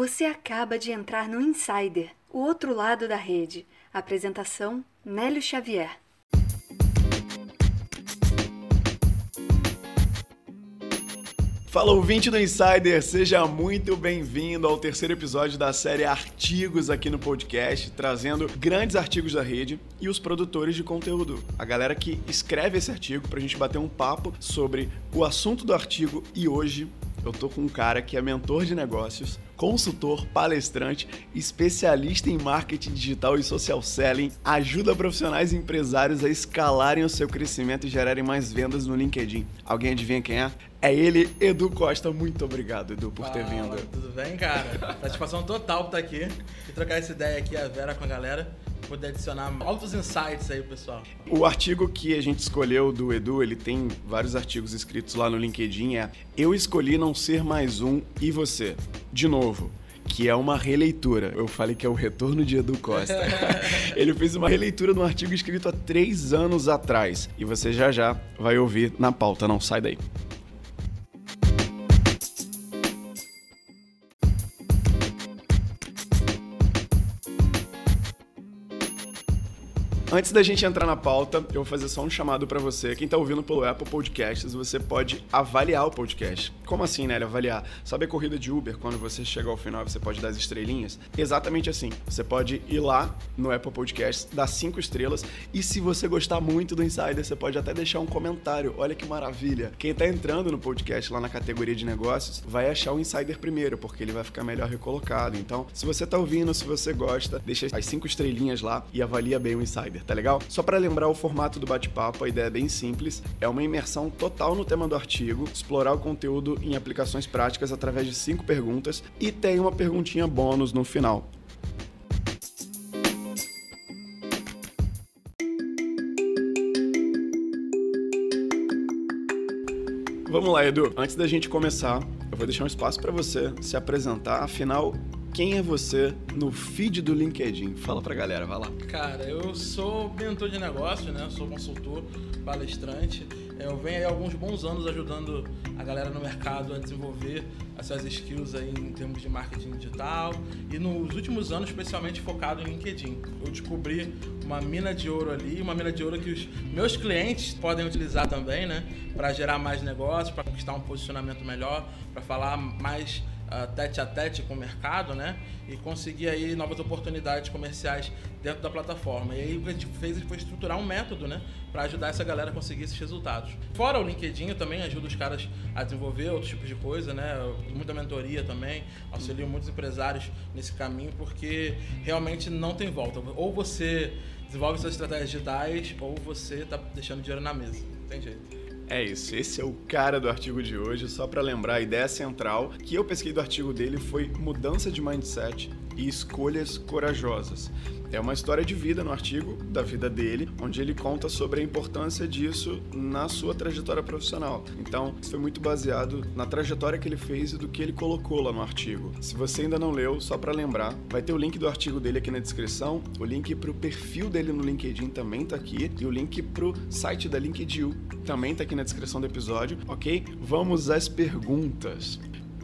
Você acaba de entrar no Insider, o outro lado da rede. Apresentação, Nélio Xavier. Fala, ouvinte do Insider, seja muito bem-vindo ao terceiro episódio da série Artigos aqui no podcast, trazendo grandes artigos da rede e os produtores de conteúdo. A galera que escreve esse artigo pra gente bater um papo sobre o assunto do artigo. E hoje eu tô com um cara que é mentor de negócios, consultor, palestrante, especialista em marketing digital e social selling, ajuda profissionais e empresários a escalarem o seu crescimento e gerarem mais vendas no LinkedIn. Alguém adivinha quem é? É ele, Edu Costa. Muito obrigado, Edu, por ter vindo. Tudo bem, cara? Satisfação total por estar aqui e trocar essa ideia aqui, a Vera com a galera, poder adicionar altos insights aí, pessoal. O artigo que a gente escolheu do Edu, ele tem vários artigos escritos lá no LinkedIn, Eu escolhi não ser mais um e você. De novo, que é uma releitura. Eu falei que é o retorno de Edu Costa. Ele fez uma releitura de um artigo escrito há 3 anos atrás. E você já vai ouvir na pauta, não sai daí. Antes da gente entrar na pauta, eu vou fazer só um chamado pra você. Quem tá ouvindo pelo Apple Podcasts, você pode avaliar o podcast. Como assim, né? Avaliar. Sabe a corrida de Uber, quando você chega ao final você pode dar as estrelinhas? Exatamente assim. Você pode ir lá no Apple Podcasts, dar 5 estrelas e se você gostar muito do Insider, você pode até deixar um comentário. Olha que maravilha. Quem tá entrando no podcast lá na categoria de negócios vai achar o Insider primeiro, porque ele vai ficar melhor recolocado. Então, se você tá ouvindo, se você gosta, deixa as 5 estrelinhas lá e avalia bem o Insider. Tá legal? Só para lembrar o formato do bate-papo, a ideia é bem simples, é uma imersão total no tema do artigo, explorar o conteúdo em aplicações práticas através de 5 perguntas e tem uma perguntinha bônus no final. Vamos lá, Edu. Antes da gente começar, eu vou deixar um espaço para você se apresentar, afinal, quem é você no feed do LinkedIn? Fala pra galera, vai lá. Cara, eu sou mentor de negócio, né? Sou consultor, palestrante. Eu venho aí há alguns bons anos ajudando a galera no mercado a desenvolver as suas skills aí em termos de marketing digital e nos últimos anos especialmente focado em LinkedIn. Eu descobri uma mina de ouro ali, uma mina de ouro que os meus clientes podem utilizar também, né? Para gerar mais negócios, para conquistar um posicionamento melhor, para falar mais tete a tete com o mercado, né? E conseguir aí novas oportunidades comerciais dentro da plataforma. E aí o que a gente fez foi estruturar um método, né? Para ajudar essa galera a conseguir esses resultados. Fora o LinkedIn, eu também ajudo os caras a desenvolver outros tipos de coisa, né? Muita mentoria também, auxilio muitos empresários nesse caminho, porque realmente não tem volta. Ou você desenvolve suas estratégias digitais, ou você está deixando dinheiro na mesa. Não tem jeito. É isso, esse é o cara do artigo de hoje. Só para lembrar, a ideia central que eu pesquei do artigo dele foi mudança de mindset e escolhas corajosas. É uma história de vida no artigo, da vida dele, onde ele conta sobre a importância disso na sua trajetória profissional. Então, isso foi muito baseado na trajetória que ele fez e do que ele colocou lá no artigo. Se você ainda não leu, só para lembrar, vai ter o link do artigo dele aqui na descrição, o link pro perfil dele no LinkedIn também tá aqui, e o link pro site da LinkedIn também tá aqui na descrição do episódio, ok? Vamos às perguntas.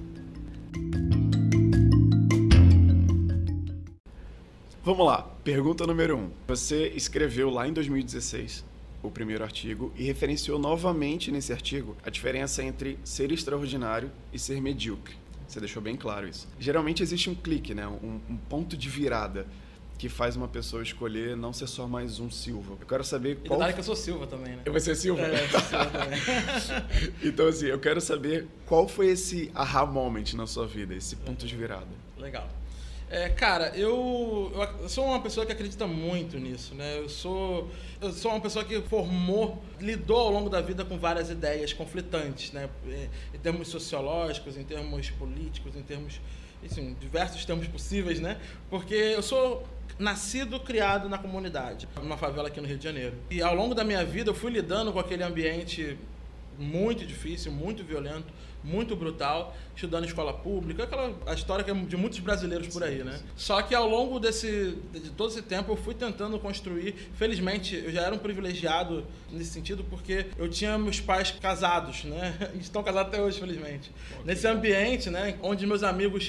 Vamos lá, pergunta número 1. Você escreveu lá em 2016 o primeiro artigo e referenciou novamente nesse artigo a diferença entre ser extraordinário e ser medíocre. Você deixou bem claro isso. Geralmente existe um clique, né? um ponto de virada que faz uma pessoa escolher não ser só mais um Silva. Eu quero saber qual... E detalhe que eu sou Silva também, né? Eu vou ser Silva? Eu sou Silva também. Então, assim, eu quero saber qual foi esse aha moment na sua vida, esse ponto de virada. Legal. Cara, eu sou uma pessoa que acredita muito nisso, né? Eu sou uma pessoa que lidou ao longo da vida com várias ideias conflitantes, né? Em termos sociológicos, em termos políticos, em termos, assim, diversos termos possíveis, né? Porque eu sou nascido, criado na comunidade, numa favela aqui no Rio de Janeiro. E ao longo da minha vida eu fui lidando com aquele ambiente muito difícil, muito violento, muito brutal, estudando em escola pública, a história que é de muitos brasileiros por aí, né? Só que ao longo de todo esse tempo eu fui tentando construir, felizmente eu já era um privilegiado nesse sentido, porque eu tinha meus pais casados, né? Estão casados até hoje, felizmente. Okay. Nesse ambiente, né, onde meus amigos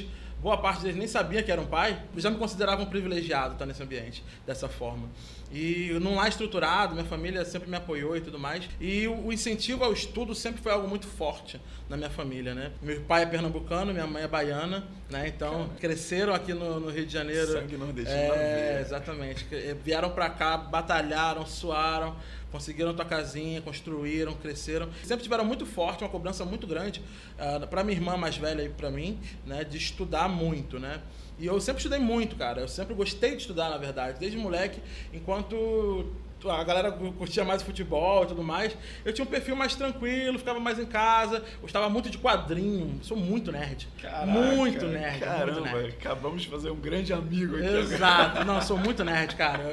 boa parte deles nem sabia que era um pai, já me consideravam privilegiado estar nesse ambiente, dessa forma. E num lar estruturado, minha família sempre me apoiou e tudo mais. E o incentivo ao estudo sempre foi algo muito forte na minha família, né? Meu pai é pernambucano, minha mãe é baiana, né? Então, cresceram aqui no Rio de Janeiro. Sangue nordestino na veia. Exatamente. Vieram pra cá, batalharam, suaram, conseguiram tua casinha, construíram, cresceram. Sempre tiveram muito forte, uma cobrança muito grande pra minha irmã mais velha e pra mim, né? De estudar muito, né? E eu sempre estudei muito, cara. Eu sempre gostei de estudar, na verdade. Desde moleque, enquanto a galera curtia mais futebol e tudo mais, eu tinha um perfil mais tranquilo, ficava mais em casa, gostava muito de quadrinho. Sou muito nerd. Caraca, muito nerd. Caramba, muito nerd. Acabamos de fazer um grande amigo aqui. Exato. Não, sou muito nerd, cara.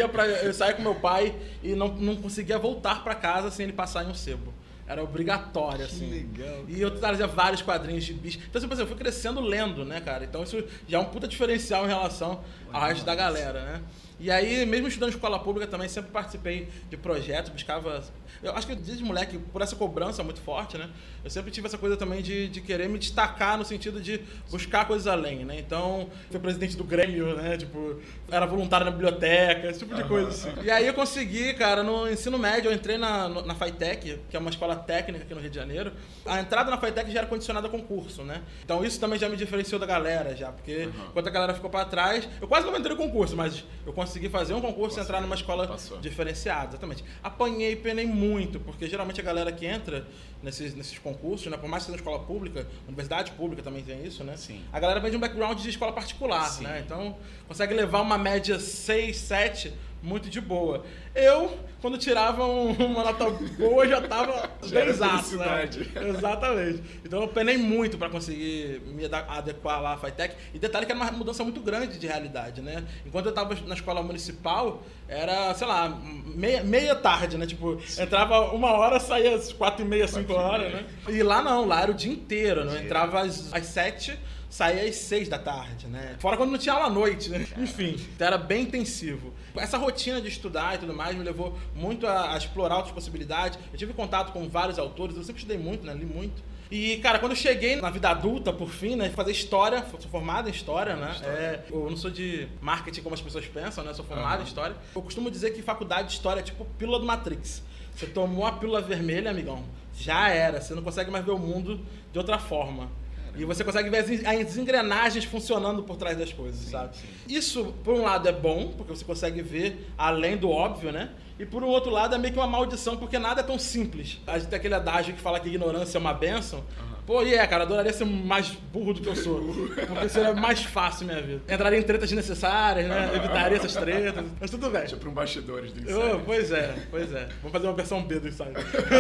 Eu saía com meu pai e não conseguia voltar pra casa sem ele passar em um sebo. Era obrigatório, assim. Que legal. E eu trazia vários quadrinhos de bicho. Então, assim, eu fui crescendo lendo, né, cara? Então isso já é um puta diferencial em relação ao resto da galera, né? E aí, mesmo estudando em escola pública também, sempre participei de projetos, buscava... Eu acho que desde moleque, por essa cobrança muito forte, né? Eu sempre tive essa coisa também de querer me destacar no sentido de buscar coisas além, né? Então, fui presidente do Grêmio, né? Tipo, era voluntário na biblioteca, esse tipo de coisa, assim. E aí eu consegui, cara, no ensino médio, eu entrei na FATEC, que é uma escola técnica aqui no Rio de Janeiro. A entrada na FATEC já era condicionada a concurso, né? Então isso também já me diferenciou da galera, já. Porque enquanto a galera ficou pra trás, eu quase não entrei no concurso, mas eu consegui fazer um concurso e entrar numa escola diferenciada, exatamente. Apanhei, penei muito, porque geralmente a galera que entra nesses concursos, né, por mais que seja escola pública, universidade pública também tem isso, né? Sim. A galera vem de um background de escola particular, sim, né? Então consegue levar uma média 6, 7 muito de boa. Eu, quando tirava uma nota boa, já tava benzaço, né? Exatamente. Então eu penei muito para conseguir me adequar lá à FATEC. E detalhe que era uma mudança muito grande de realidade, né? Enquanto eu tava na escola municipal, era, sei lá, meia tarde, né? Tipo, entrava 1 hora, saía às 4h30, 5 horas, né? E lá não, lá era o dia inteiro, né? Eu entrava às 7, saía às 6 da tarde, né? Fora quando não tinha aula à noite, né? Enfim, então era bem intensivo. Essa rotina de estudar e tudo mais me levou muito a explorar outras possibilidades. Eu tive contato com vários autores, eu sempre estudei muito, né? Li muito. E, cara, quando eu cheguei na vida adulta, por fim, né? Fazer história, sou formado em história, né? Eu não sou de marketing como as pessoas pensam, né? Sou formado em história. Eu costumo dizer que faculdade de história é tipo pílula do Matrix. Você tomou a pílula vermelha, amigão, já era. Você não consegue mais ver o mundo de outra forma. E você consegue ver as engrenagens funcionando por trás das coisas, sabe? Sim. Isso, por um lado, é bom, porque você consegue ver além do óbvio, né? E por um outro lado, é meio que uma maldição, porque nada é tão simples. A gente tem aquele adágio que fala que ignorância é uma bênção. Pô, cara, adoraria ser mais burro do que eu sou. Porque seria mais fácil minha vida. Entraria em tretas desnecessárias, né? Evitaria essas tretas. Mas tudo bem. Tipo um bastidores do Insider. Pois é. Vamos fazer uma versão B do Insider.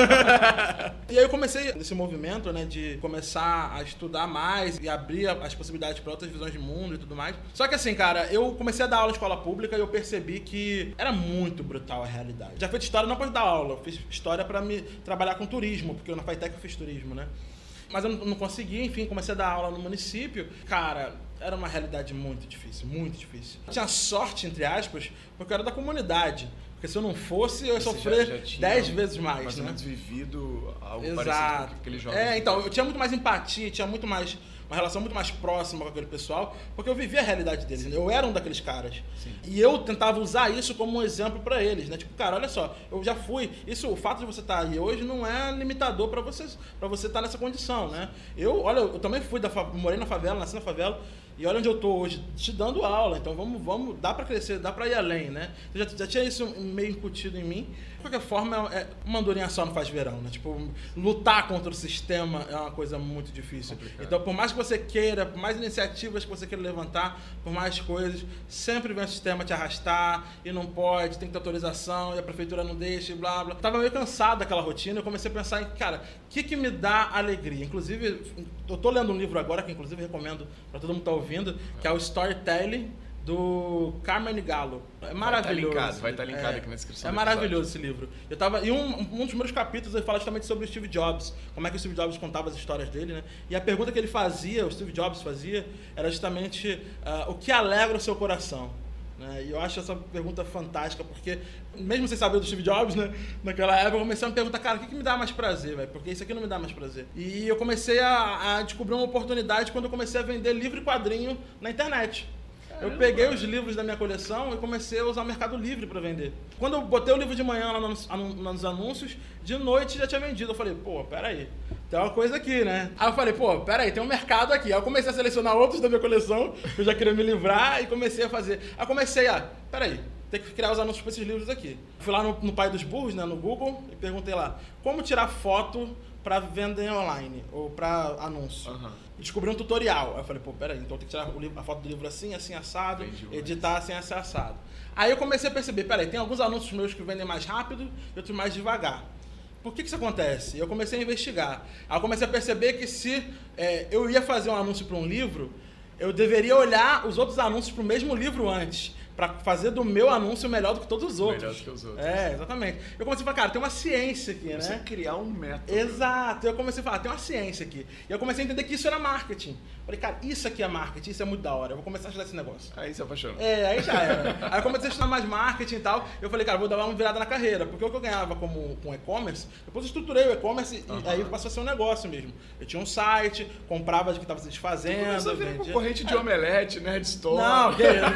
E aí eu comecei nesse movimento, né? De começar a estudar mais e abrir as possibilidades para outras visões de mundo e tudo mais. Só que assim, cara, eu comecei a dar aula em escola pública e eu percebi que era muito brutal a realidade. Já fiz história não para dar aula. Eu fiz história para me trabalhar com turismo, porque na FATEC eu fiz turismo, né? Mas eu não consegui, enfim, comecei a dar aula no município. Cara, era uma realidade muito difícil, muito difícil. Eu tinha sorte, entre aspas, porque eu era da comunidade. Porque se eu não fosse, eu ia sofrer 10 vezes mais, mais ou menos vivido algo exato, parecido com aqueles jovens. Então, eu tinha muito mais empatia, tinha muito mais uma relação muito mais próxima com aquele pessoal, porque eu vivia a realidade deles, né? Eu era um daqueles caras. Sim. E eu tentava usar isso como um exemplo pra eles, né? Tipo, cara, olha só, eu já fui. O fato de você estar aí hoje não é limitador pra você estar nessa condição, né? Eu também morei na favela, nasci na favela, e olha onde eu tô hoje, te dando aula. Então vamos, dá pra crescer, dá pra ir além, né? Eu já tinha isso meio incutido em mim. De qualquer forma, uma andorinha só não faz verão, né? Tipo, lutar contra o sistema é uma coisa muito difícil. Complicado. Então, por mais que você queira, por mais iniciativas que você queira levantar, por mais coisas, sempre vem o sistema te arrastar, e não pode, tem que ter autorização, e a prefeitura não deixa, e blá, blá. Tava meio cansado daquela rotina, eu comecei a pensar em, cara, o que me dá alegria? Inclusive, eu tô lendo um livro agora, que inclusive recomendo para todo mundo que tá ouvindo, que é o Storytelling, do Carmen Gallo. É maravilhoso. Vai estar linkado aqui na descrição. É maravilhoso esse livro. E um dos primeiros capítulos ele fala justamente sobre o Steve Jobs, como é que o Steve Jobs contava as histórias dele, né? E a pergunta que ele fazia, o Steve Jobs fazia, era justamente o que alegra o seu coração, Né? E eu acho essa pergunta fantástica, porque mesmo sem saber do Steve Jobs, né, naquela época, eu comecei a me perguntar, cara, o que me dá mais prazer, velho? Porque isso aqui não me dá mais prazer. E eu comecei a descobrir uma oportunidade quando eu comecei a vender livro e quadrinho na internet. Eu peguei os livros da minha coleção e comecei a usar o Mercado Livre para vender. Quando eu botei o livro de manhã lá nos anúncios, de noite já tinha vendido. Eu falei, pô, peraí, tem uma coisa aqui, né? Aí eu falei, pô, peraí, tem um mercado aqui. Aí eu comecei a selecionar outros da minha coleção, que eu já queria me livrar, e comecei a fazer. Aí eu comecei peraí, tem que criar os anúncios para esses livros aqui. Fui lá no Pai dos Burros, né, no Google, e perguntei lá, como tirar foto para venda online, ou para anúncio. Descobri um tutorial. Aí eu falei, pô, peraí, então tem que tirar a foto do livro assim, assim, assado, editar assim, assim, assado. Aí eu comecei a perceber, peraí, tem alguns anúncios meus que vendem mais rápido e outros mais devagar. Por que isso acontece? Eu comecei a investigar. Aí eu comecei a perceber que se eu ia fazer um anúncio para um livro, eu deveria olhar os outros anúncios para o mesmo livro antes, para fazer do meu anúncio melhor do que todos os outros. Melhor do que os outros. Exatamente. Eu comecei a falar, cara, tem uma ciência aqui, né? Você criar um método. Exato. Eu comecei a falar, tem uma ciência aqui. E eu comecei a entender que isso era marketing. Falei, cara, isso aqui é marketing, isso é muito da hora. Eu vou começar a estudar esse negócio. Aí se apaixonou. Aí já era. Aí eu comecei a estudar mais marketing e tal. Eu falei, cara, vou dar uma virada na carreira. Porque o que eu ganhava com e-commerce, depois eu estruturei o e-commerce e aí passou a ser um negócio mesmo. Eu tinha um site, comprava de que estava se desfazendo. Começou a virar concorrente de Omelete, Nerd Store. Não,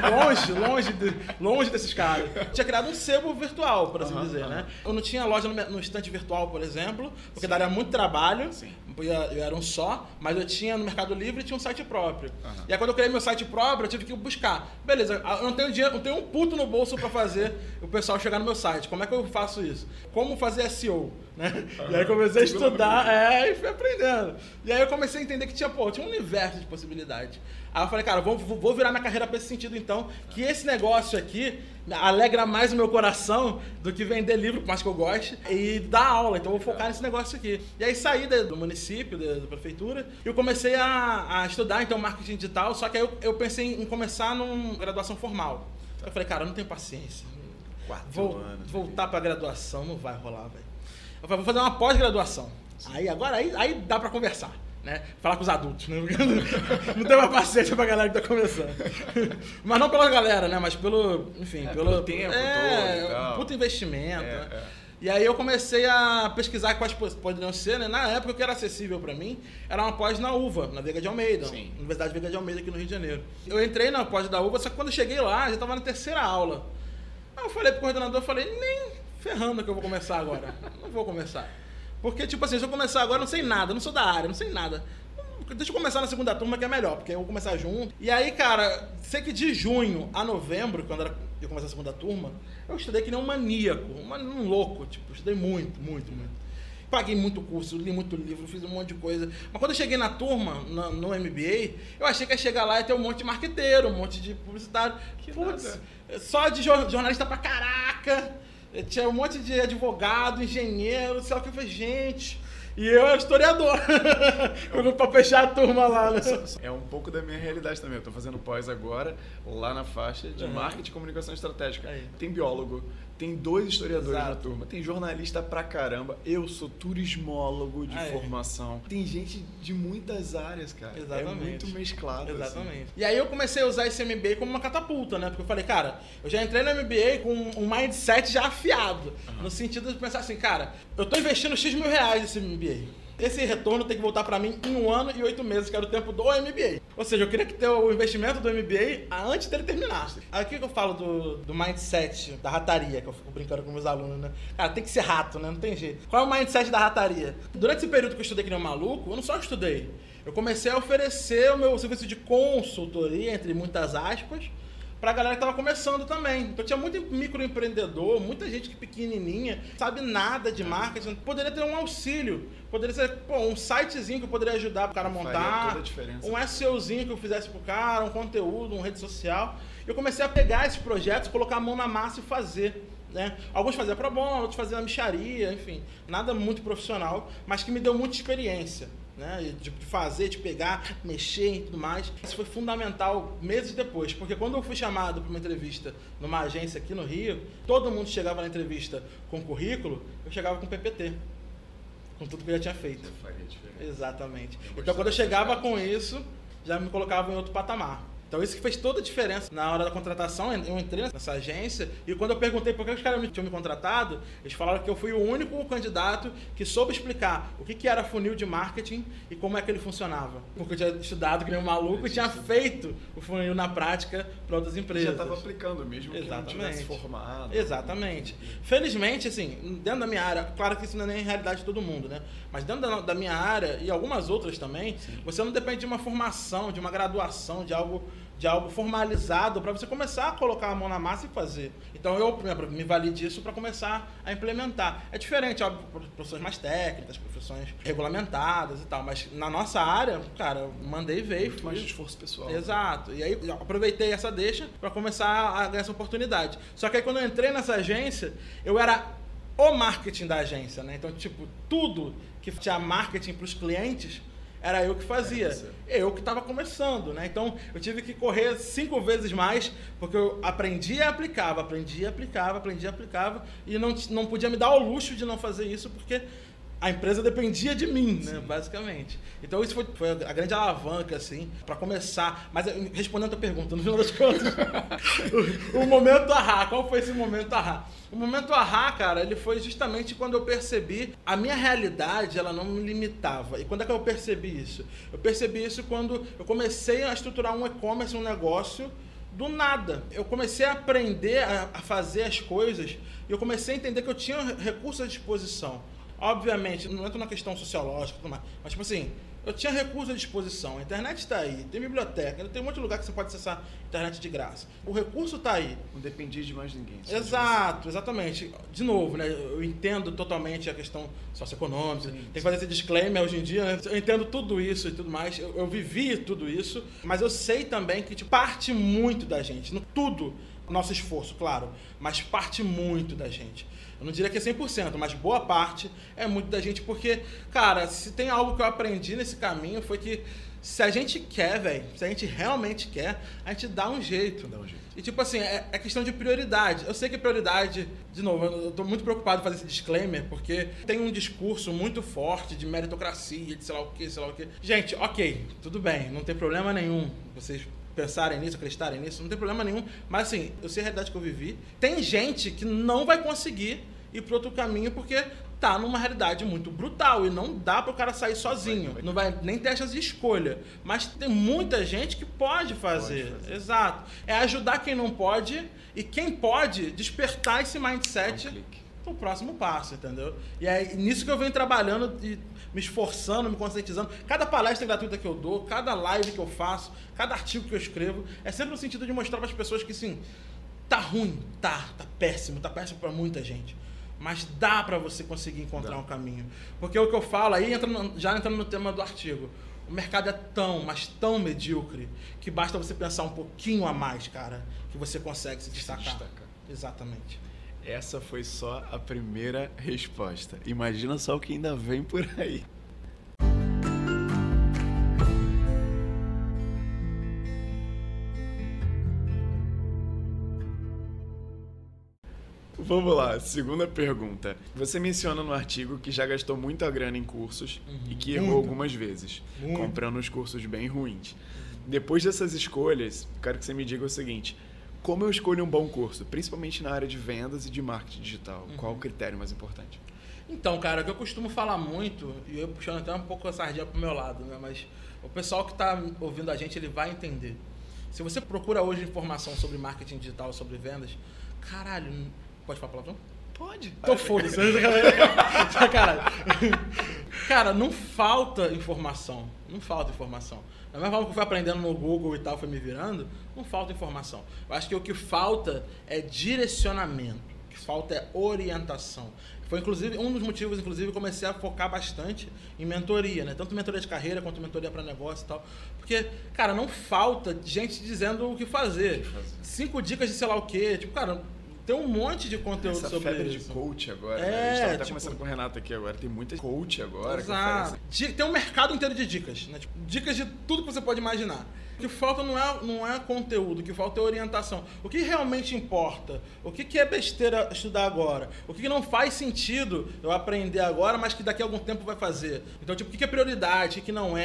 longe desses caras. Tinha criado um sebo virtual, por assim dizer, né? Eu não tinha loja no estante virtual, por exemplo, porque daria muito trabalho. Sim. Eu era um só, mas eu tinha no Mercado Livre e tinha um site próprio. E aí quando eu criei meu site próprio, eu tive que buscar. Beleza, eu não tenho dinheiro, não tenho um puto no bolso para fazer o pessoal chegar no meu site. Como é que eu faço isso? Como fazer SEO? Né? E aí comecei a estudar, e fui aprendendo. E aí eu comecei a entender que tinha um universo de possibilidades. Aí eu falei, cara, vou virar minha carreira para esse sentido então, que esse negócio aqui alegra mais o meu coração do que vender livro, por mais que eu goste, e dar aula. Então eu vou focar nesse negócio aqui. E aí saí do município, da prefeitura, e eu comecei a estudar então marketing digital, só que aí eu pensei em começar numa graduação formal. Eu falei, cara, eu não tenho paciência. 4 anos. Voltar para graduação não vai rolar, velho. Eu falei, vou fazer uma pós-graduação. Aí dá para conversar. Né? Falar com os adultos, né? Não tem uma paciência pra galera que tá começando. Mas não pela galera, né? Mas pelo pelo tempo todo e tal. Puto investimento. E aí eu comecei a pesquisar quais poderiam ser, né? Na época o que era acessível pra mim era uma pós na UVA, na Veiga de Almeida, Universidade Veiga de Almeida aqui no Rio de Janeiro. Eu entrei na pós da UVA, só que quando eu cheguei lá, já tava na 3ª aula. Aí eu falei pro coordenador, nem ferrando que eu vou começar agora. Não vou começar. Porque, tipo assim, se eu começar agora, eu não sei nada, não sou da área, não sei nada. Deixa eu começar na 2ª turma, que é melhor, porque eu vou começar junto. E aí, cara, sei que de junho a novembro, quando eu começar a 2ª turma, eu estudei que nem um maníaco, um louco, tipo, eu estudei muito. Paguei muito curso, li muito livro, fiz um monte de coisa. Mas quando eu cheguei na turma, no MBA, eu achei que ia chegar lá e ter um monte de marqueteiro, um monte de publicitário. Putz, só de jornalista pra caraca. Tinha um monte de advogado, engenheiro, sei lá o que eu falei, gente. E eu era historiador. Pra fechar a turma lá, né? É um pouco da minha realidade também. Eu tô fazendo pós agora, lá na faixa de marketing e comunicação estratégica. Tem biólogo, tem 2 historiadores na turma, tem jornalista pra caramba. Eu sou turismólogo de formação. Tem gente de muitas áreas, cara. Exatamente. É muito mesclado. Exatamente. Assim. E aí eu comecei a usar esse MBA como uma catapulta, né? Porque eu falei, cara, eu já entrei no MBA com um mindset já afiado. No sentido de pensar assim, cara, eu tô investindo X mil reais nesse MBA. Esse retorno tem que voltar para mim em 1 ano e 8 meses, que era o tempo do MBA. Ou seja, eu queria que ter o investimento do MBA antes dele terminar. Aí o que eu falo do mindset da rataria, que eu fico brincando com meus alunos, né? Cara, tem que ser rato, né? Não tem jeito. Qual é o mindset da rataria? Durante esse período que eu estudei que nem um maluco, eu não só estudei. Eu comecei a oferecer o meu serviço de consultoria, entre muitas aspas, pra galera que tava começando também. Então tinha muito microempreendedor, muita gente que pequenininha, sabe nada de marketing, poderia ter um auxílio, poderia ser um sitezinho que eu poderia ajudar o cara a montar, toda a diferença. Um SEOzinho que eu fizesse pro cara, um conteúdo, uma rede social. Eu comecei a pegar esses projetos, colocar a mão na massa e fazer. Né? Alguns faziam pro bono, outros faziam na micharia, enfim, nada muito profissional, mas que me deu muita experiência. Né, de fazer, de pegar, mexer e tudo mais. Isso foi fundamental meses depois, porque quando eu fui chamado para uma entrevista numa agência aqui no Rio, todo mundo chegava na entrevista com currículo, eu chegava com PPT, com tudo que eu já tinha feito. Faria diferença. Exatamente. Então quando eu chegava com isso, já me colocava em outro patamar. Então isso que fez toda a diferença. Na hora da contratação, eu entrei nessa agência e quando eu perguntei por que os caras tinham me contratado, eles falaram que eu fui o único candidato que soube explicar o que era funil de marketing e como é que ele funcionava. Porque eu tinha estudado que nem um maluco e tinha feito o funil na prática para outras empresas. Já estava aplicando mesmo que não tivesse formado. Exatamente. Felizmente, assim, dentro da minha área, claro que isso não é nem a realidade de todo mundo, né? Mas dentro da minha área e algumas outras também, você não depende de uma formação, de uma graduação, de algo formalizado para você começar a colocar a mão na massa e fazer. Então eu me vali disso para começar a implementar. É diferente, óbvio, profissões mais técnicas, profissões regulamentadas e tal, mas na nossa área, cara, eu mandei ver. Muito mais de esforço pessoal. Exato. E aí eu aproveitei essa deixa para começar a ganhar essa oportunidade. Só que aí quando eu entrei nessa agência, eu era o marketing da agência, né? Então, tipo, tudo que tinha marketing para os clientes era eu que fazia. Eu que estava começando, né? Então, eu tive que correr 5 vezes mais, porque eu aprendia e aplicava, e não podia me dar ao luxo de não fazer isso, porque a empresa dependia de mim, né? Basicamente. Então, isso foi a grande alavanca, assim, para começar. Mas, respondendo a tua pergunta, no final das contas, o momento ahá, qual foi esse momento ahá? O momento ahá, cara, ele foi justamente quando eu percebi a minha realidade, ela não me limitava. E quando é que eu percebi isso? Eu percebi isso quando eu comecei a estruturar um e-commerce, um negócio, do nada. Eu comecei a aprender a fazer as coisas e eu comecei a entender que eu tinha recursos à disposição. Obviamente, não entra na questão sociológica, mas tipo assim, eu tinha recursos à disposição, a internet está aí, tem biblioteca, tem um monte de lugar que você pode acessar a internet de graça. O recurso está aí. Não dependia de mais ninguém. Exato, exatamente. De novo, né, eu entendo totalmente a questão socioeconômica, tem que fazer esse disclaimer hoje em dia, né? Eu entendo tudo isso e tudo mais, eu vivi tudo isso, mas eu sei também que tipo, parte muito da gente, tudo, nosso esforço, claro, mas parte muito da gente. Eu não diria que é 100%, mas boa parte é muito da gente, porque, cara, se tem algo que eu aprendi nesse caminho foi que se a gente quer, velho, se a gente realmente quer, a gente dá um jeito. E tipo assim, é questão de prioridade. Eu sei que prioridade, de novo, eu tô muito preocupado em fazer esse disclaimer, porque tem um discurso muito forte de meritocracia, de sei lá o quê. Gente, ok, tudo bem, não tem problema nenhum vocês pensarem nisso, acreditarem nisso, não tem problema nenhum. Mas assim, eu sei a realidade que eu vivi. Tem gente que não vai conseguir ir para outro caminho porque tá numa realidade muito brutal e não dá para o cara sair sozinho. Não vai nem ter chance de escolha. Mas tem muita gente que pode fazer. Exato. É ajudar quem não pode e quem pode despertar esse mindset pro próximo passo, entendeu? E é nisso que eu venho trabalhando e me esforçando, me conscientizando. Cada palestra gratuita que eu dou, cada live que eu faço, cada artigo que eu escrevo, é sempre no sentido de mostrar para as pessoas que, sim, tá ruim, tá péssimo para muita gente. Mas dá para você conseguir encontrar um caminho. Porque o que eu falo aí, já entrando no tema do artigo, o mercado é tão, mas tão medíocre, que basta você pensar um pouquinho a mais, cara, que você consegue se destacar. Exatamente. Essa foi só a primeira resposta. Imagina só o que ainda vem por aí. Vamos lá, segunda pergunta. Você menciona no artigo que já gastou muita grana em cursos e que errou algumas vezes, comprando os cursos bem ruins. Depois dessas escolhas, quero que você me diga o seguinte: como eu escolho um bom curso, principalmente na área de vendas e de marketing digital? Qual o critério mais importante? Então, cara, o que eu costumo falar muito, e eu puxando até um pouco a sardinha pro meu lado, né? Mas o pessoal que está ouvindo a gente, ele vai entender. Se você procura hoje informação sobre marketing digital, sobre vendas, caralho, pode falar palavrão? Pode. Então foda-se. Caralho. Cara, não falta informação. Não falta informação. Da mesma forma que eu fui aprendendo no Google e tal, foi me virando, não falta informação. Eu acho que o que falta é direcionamento. O que falta é orientação. Foi inclusive um dos motivos, inclusive, eu comecei a focar bastante em mentoria, né? Tanto mentoria de carreira quanto mentoria para negócio e tal. Porque, cara, não falta gente dizendo o que fazer. 5 dicas de sei lá o quê. Tipo, cara, tem um monte de conteúdo sobre isso. Essa febre de coach agora, né? A gente tava até conversando com o Renato aqui agora. Tem muita coach agora. Exato. Tem um mercado inteiro de dicas, né? Tipo, dicas de tudo que você pode imaginar. O que falta não é conteúdo, o que falta é orientação. O que realmente importa? O que é besteira estudar agora? O que não faz sentido eu aprender agora, mas que daqui a algum tempo vai fazer? Então, tipo, o que é prioridade, o que não é?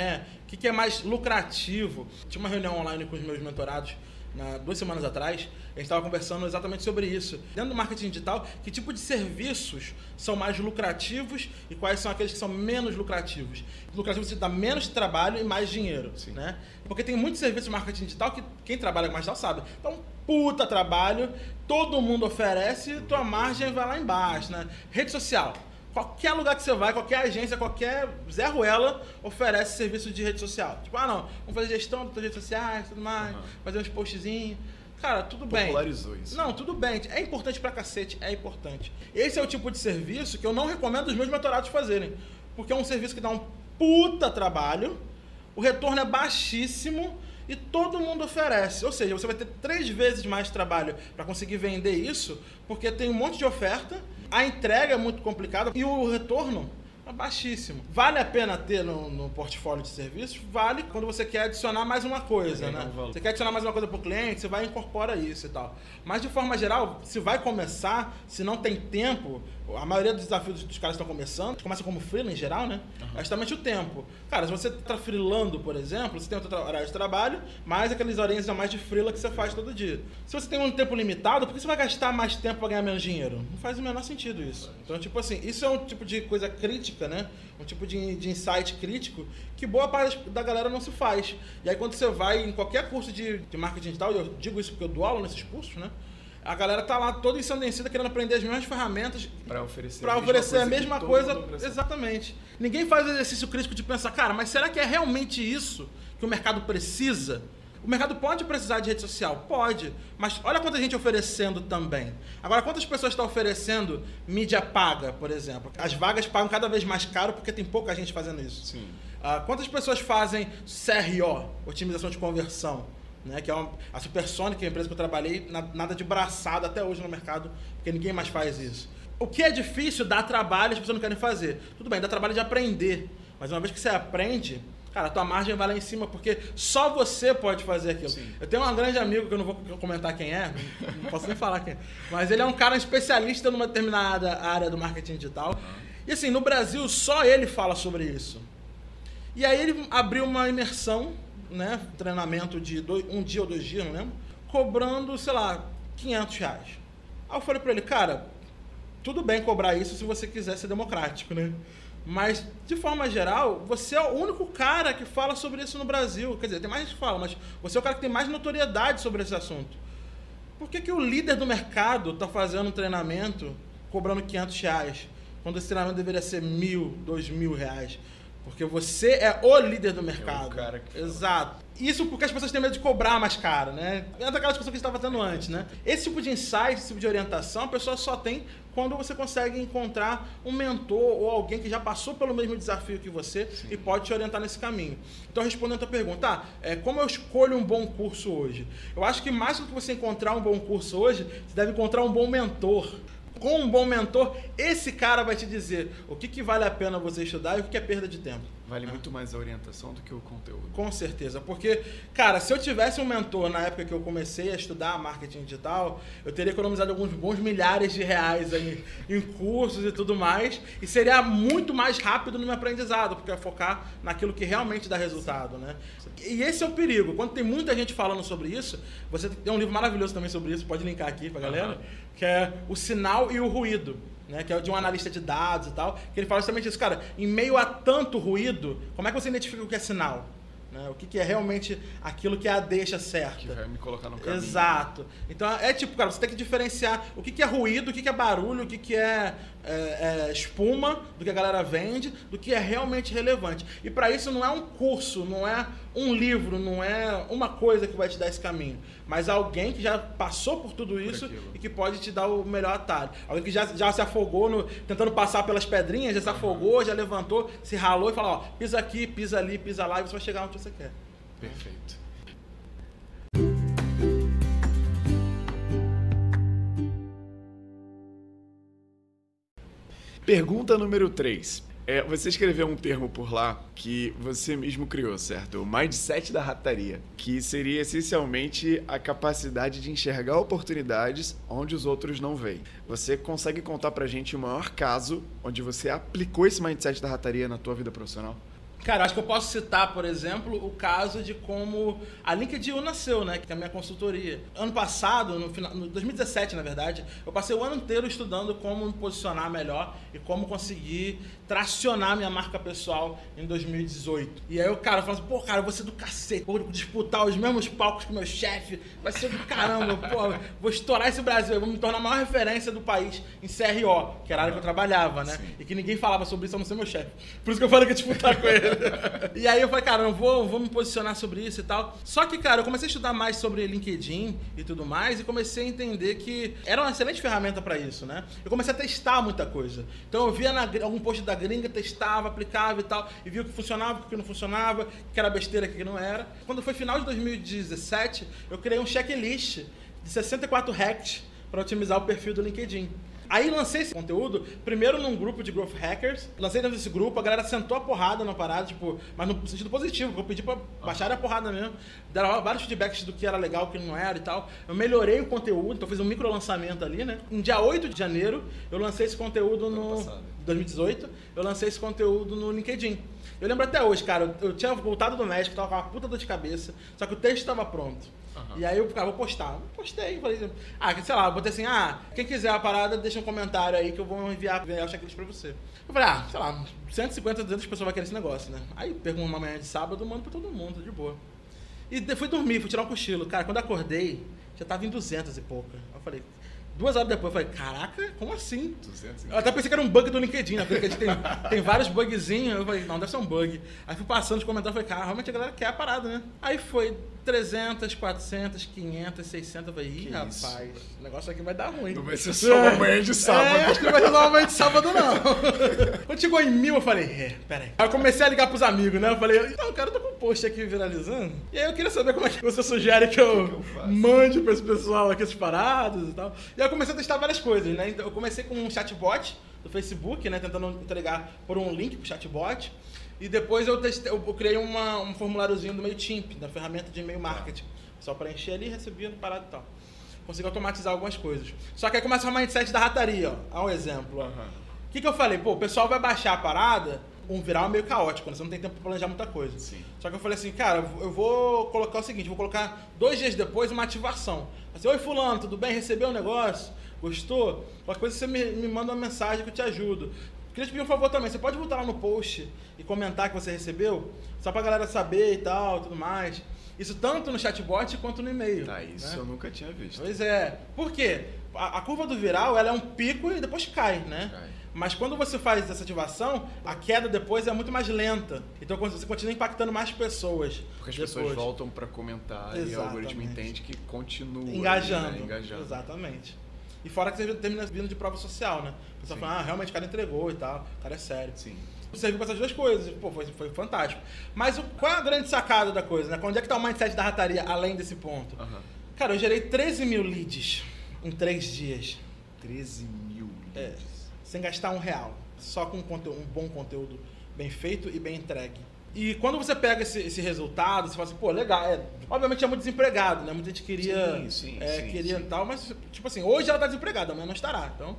que é mais lucrativo. Tinha uma reunião online com os meus mentorados 2 semanas atrás, a gente estava conversando exatamente sobre isso. Dentro do marketing digital, que tipo de serviços são mais lucrativos e quais são aqueles que são menos lucrativos? Lucrativo você dá menos trabalho e mais dinheiro, né? Porque tem muitos serviços de marketing digital que quem trabalha com marketing digital sabe. Então, puta trabalho, todo mundo oferece, tua margem vai lá embaixo, né? Rede social. Qualquer lugar que você vai, qualquer agência, qualquer Zé Ruela oferece serviço de rede social. Tipo, não, vamos fazer gestão das redes sociais, tudo mais, fazer uns postzinhos. Cara, tudo bem. Popularizou isso. Não, tudo bem. É importante pra cacete, é importante. Esse é o tipo de serviço que eu não recomendo os meus mentorados fazerem. Porque é um serviço que dá um puta trabalho, o retorno é baixíssimo e todo mundo oferece. Ou seja, você vai ter 3 vezes mais trabalho para conseguir vender isso, porque tem um monte de oferta, a entrega é muito complicada e o retorno é baixíssimo. Vale a pena ter no portfólio de serviços? Vale quando você quer adicionar mais uma coisa, né? Você quer adicionar mais uma coisa para o cliente, você vai e incorpora isso e tal. Mas de forma geral, se vai começar, se não tem tempo, a maioria dos desafios dos caras que estão começando, começa como freela em geral, né? É justamente o tempo. Cara, se você está freelando, por exemplo, você tem outro horário de trabalho, mais aqueles horinhos a mais de freela que você faz todo dia. Se você tem um tempo limitado, por que você vai gastar mais tempo para ganhar menos dinheiro? Não faz o menor sentido isso. Então, tipo assim, isso é um tipo de coisa crítica, né? Um tipo de insight crítico que boa parte da galera não se faz. E aí quando você vai em qualquer curso de marketing digital, e eu digo isso porque eu dou aula nesses cursos, né? A galera tá lá toda ensandecida querendo aprender as mesmas ferramentas para oferecer a mesma coisa. Exatamente. Ninguém faz o exercício crítico de pensar, cara, mas será que é realmente isso que o mercado precisa? O mercado pode precisar de rede social? Pode. Mas olha quanta gente oferecendo também. Agora, quantas pessoas estão oferecendo mídia paga, por exemplo? As vagas pagam cada vez mais caro porque tem pouca gente fazendo isso. Sim. Quantas pessoas fazem CRO, otimização de conversão? Né, que é a Supersonic, que é a empresa que eu trabalhei, nada de braçada até hoje no mercado, porque ninguém mais faz isso. O que é difícil dá trabalho, as pessoas não querem fazer. Tudo bem, dá trabalho de aprender, mas uma vez que você aprende, cara, a tua margem vai lá em cima, porque só você pode fazer aquilo. Sim. Eu tenho um grande amigo, que eu não vou comentar quem é, não posso nem falar quem é, mas ele é um cara especialista numa determinada área do marketing digital. E assim, no Brasil, só ele fala sobre isso. E aí ele abriu uma imersão, né, treinamento de 1 dia ou 2 dias, não lembro, cobrando, sei lá, R$500. Aí eu falei pra ele, cara, tudo bem cobrar isso se você quiser ser democrático, né? Mas, de forma geral, você é o único cara que fala sobre isso no Brasil. Quer dizer, tem mais gente que fala, mas você é o cara que tem mais notoriedade sobre esse assunto. Por que o líder do mercado tá fazendo um treinamento cobrando R$500, quando esse treinamento deveria ser R$1.000, R$2.000? Porque você é o líder do mercado. É o cara que Exato. Isso porque as pessoas têm medo de cobrar mais caro, né? É daquela discussão que a gente estava tendo antes, né? Esse tipo de insight, esse tipo de orientação, a pessoa só tem quando você consegue encontrar um mentor ou alguém que já passou pelo mesmo desafio que você. Sim. E pode te orientar nesse caminho. Então, respondendo a tua pergunta, como eu escolho um bom curso hoje? Eu acho que mais do que você encontrar um bom curso hoje, você deve encontrar um bom mentor. Com um bom mentor, esse cara vai te dizer o que vale a pena você estudar e o que é perda de tempo. Vale muito mais a orientação do que o conteúdo. Com certeza, porque, cara, se eu tivesse um mentor na época que eu comecei a estudar marketing digital, eu teria economizado alguns bons milhares de reais aí em cursos e tudo mais, e seria muito mais rápido no meu aprendizado, porque eu ia focar naquilo que realmente dá resultado, né? E esse é o perigo. Quando tem muita gente falando sobre isso, você tem um livro maravilhoso também sobre isso, pode linkar aqui pra galera, que é O Sinal e o Ruído. Né, que é de um analista de dados e tal, que ele fala justamente isso, cara, em meio a tanto ruído, como é que você identifica o que é sinal? Né? O que é realmente aquilo que é a deixa certa? Que vai me colocar no caminho. Exato. Então é tipo, cara, você tem que diferenciar o que é ruído, o que é barulho, o que é espuma, do que a galera vende, do que é realmente relevante. E para isso não é um curso, não é um livro, não é uma coisa que vai te dar esse caminho, mas alguém que já passou por tudo isso e que pode te dar o melhor atalho. Alguém que já se afogou tentando passar pelas pedrinhas, já se afogou, já levantou, se ralou e falou, ó, pisa aqui, pisa ali, pisa lá e você vai chegar onde você quer. Perfeito. Pergunta número 3. Você escreveu um termo por lá que você mesmo criou, certo? O mindset da rataria, que seria essencialmente a capacidade de enxergar oportunidades onde os outros não veem. Você consegue contar pra gente o maior caso onde você aplicou esse mindset da rataria na tua vida profissional? Cara, acho que eu posso citar, por exemplo, o caso de como a LinkedIn nasceu, né? Que é a minha consultoria. Ano passado, no 2017, na verdade, eu passei o ano inteiro estudando como me posicionar melhor e como conseguir tracionar minha marca pessoal em 2018. E aí eu falo assim, pô, cara, eu vou ser do cacete, vou disputar os mesmos palcos que o meu chefe, vai ser do caramba, pô, vou estourar esse Brasil, eu vou me tornar a maior referência do país em CRO, que era a área que eu trabalhava, né? Sim. E que ninguém falava sobre isso, a não ser meu chefe. Por isso que eu falei que ia disputar com ele. E aí eu falei, cara, eu vou me posicionar sobre isso e tal. Só que, cara, eu comecei a estudar mais sobre LinkedIn e tudo mais e comecei a entender que era uma excelente ferramenta pra isso, né? Eu comecei a testar muita coisa. Então eu via algum post da gringa, testava, aplicava e tal, e via o que funcionava, o que não funcionava, o que era besteira, o que não era. Quando foi final de 2017, eu criei um checklist de 64 hacks para otimizar o perfil do LinkedIn. Aí lancei esse conteúdo, primeiro num grupo de Growth Hackers. Lancei dentro desse grupo, a galera sentou a porrada na parada, tipo, mas no sentido positivo, porque eu pedi pra baixar a porrada mesmo. Deram vários feedbacks do que era legal, o que não era e tal. Eu melhorei o conteúdo, então fiz um micro lançamento ali, né? No dia 8 de janeiro, eu lancei esse conteúdo no 2018, eu lancei esse conteúdo no LinkedIn. Eu lembro até hoje, cara, eu tinha voltado do México, tava com uma puta dor de cabeça, só que o texto estava pronto. E aí eu vou postar. Eu postei, falei, sei lá, eu botei assim, quem quiser a parada, deixa um comentário aí que eu vou enviar o checklist pra você. Eu falei, sei lá, 150, 200 pessoas vão querer esse negócio, né? Aí pego uma manhã de sábado, mando pra todo mundo, de boa. E fui dormir, fui tirar um cochilo. Cara, quando eu acordei, já tava em 200 e pouca. Eu falei, 2 horas depois, eu falei, caraca, como assim? 200. Eu até pensei que era um bug do LinkedIn, né? Porque tem vários bugzinhos. Eu falei, não, deve ser um bug. Aí fui passando os comentários, falei, cara, realmente a galera quer a parada, né? Aí foi 300, 400, 500, 600. Eu falei, ih, rapaz, o negócio aqui vai dar ruim. Não vai ser só uma manhã de sábado. Acho que não vai ser só uma manhã de sábado, não. Quando chegou em 1000, eu falei, peraí. Aí eu comecei a ligar pros amigos, né? Eu falei, então, cara, eu tô com um post aqui viralizando. E aí eu queria saber como é que você sugere que eu mande pra esse pessoal aqui essas paradas e tal. E aí eu comecei a testar várias coisas, né? Então eu comecei com um chatbot do Facebook, né? Tentando entregar por um link pro chatbot. E depois eu criei um formuláriozinho do MailChimp, da ferramenta de e-mail marketing. Só preencher ali, recebia, parado e tal. Consegui automatizar algumas coisas. Só que aí começa o mindset da rataria, ó. Há um exemplo. O que eu falei? Pô, o pessoal vai baixar a parada, um viral é meio caótico, né? Você não tem tempo pra planejar muita coisa. Sim. Só que eu falei assim, cara, eu vou colocar o seguinte, vou colocar 2 dias depois uma ativação. Assim, oi fulano, tudo bem? Recebeu o negócio? Gostou? Qualquer coisa você me manda uma mensagem que eu te ajudo. Queria te pedir um favor também, você pode botar lá no post e comentar que você recebeu? Só pra galera saber e tal, tudo mais. Isso tanto no chatbot quanto no e-mail. Tá, isso né? Eu nunca tinha visto. Pois é. Por quê? A curva do viral, ela é um pico e depois cai, né? Cai. Mas quando você faz essa ativação, a queda depois é muito mais lenta. Então você continua impactando mais pessoas. Porque as pessoas voltam para comentar. Exatamente. E o algoritmo entende que continua engajando. Né? Engajando. Exatamente. E fora que você termina vindo de prova social, né? O pessoal fala, realmente o cara entregou e tal, o cara é sério. Sim. Serviu para essas 2 coisas, pô, foi fantástico. Mas qual é a grande sacada da coisa, né? Onde é que tá o mindset da rataria além desse ponto? Cara, eu gerei 13 mil leads em 3 dias. 13 mil leads? Sem gastar R$1. Só com um bom conteúdo bem feito e bem entregue. E quando você pega esse resultado, você fala assim, pô, legal. Obviamente é muito desempregado, né? Muita gente queria queria tal, mas, tipo assim, hoje ela tá desempregada, amanhã não estará. Então,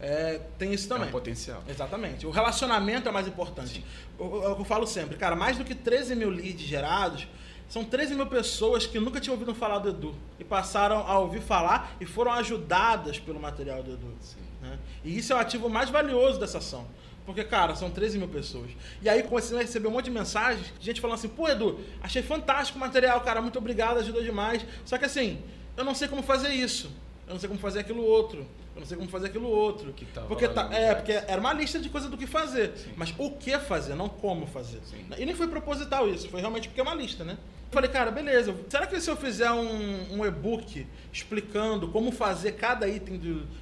tem isso também. É um potencial. Exatamente. O relacionamento é mais importante. Eu falo sempre, cara, mais do que 13 mil leads gerados, são 13 mil pessoas que nunca tinham ouvido falar do Edu. E passaram a ouvir falar e foram ajudadas pelo material do Edu. Né? E isso é o ativo mais valioso dessa ação. Porque, cara, são 13 mil pessoas. E aí comecei a receber um monte de mensagens, gente falando assim, pô, Edu, achei fantástico o material, cara, muito obrigado, ajudou demais. Só que assim, eu não sei como fazer isso. Eu não sei como fazer aquilo outro. Eu não sei como fazer aquilo outro. Porque era uma lista de coisas do que fazer. Sim. Mas o que fazer, não como fazer. Sim. E nem foi proposital isso, foi realmente porque é uma lista, né? Eu falei, cara, beleza. Será que se eu fizer um e-book explicando como fazer cada item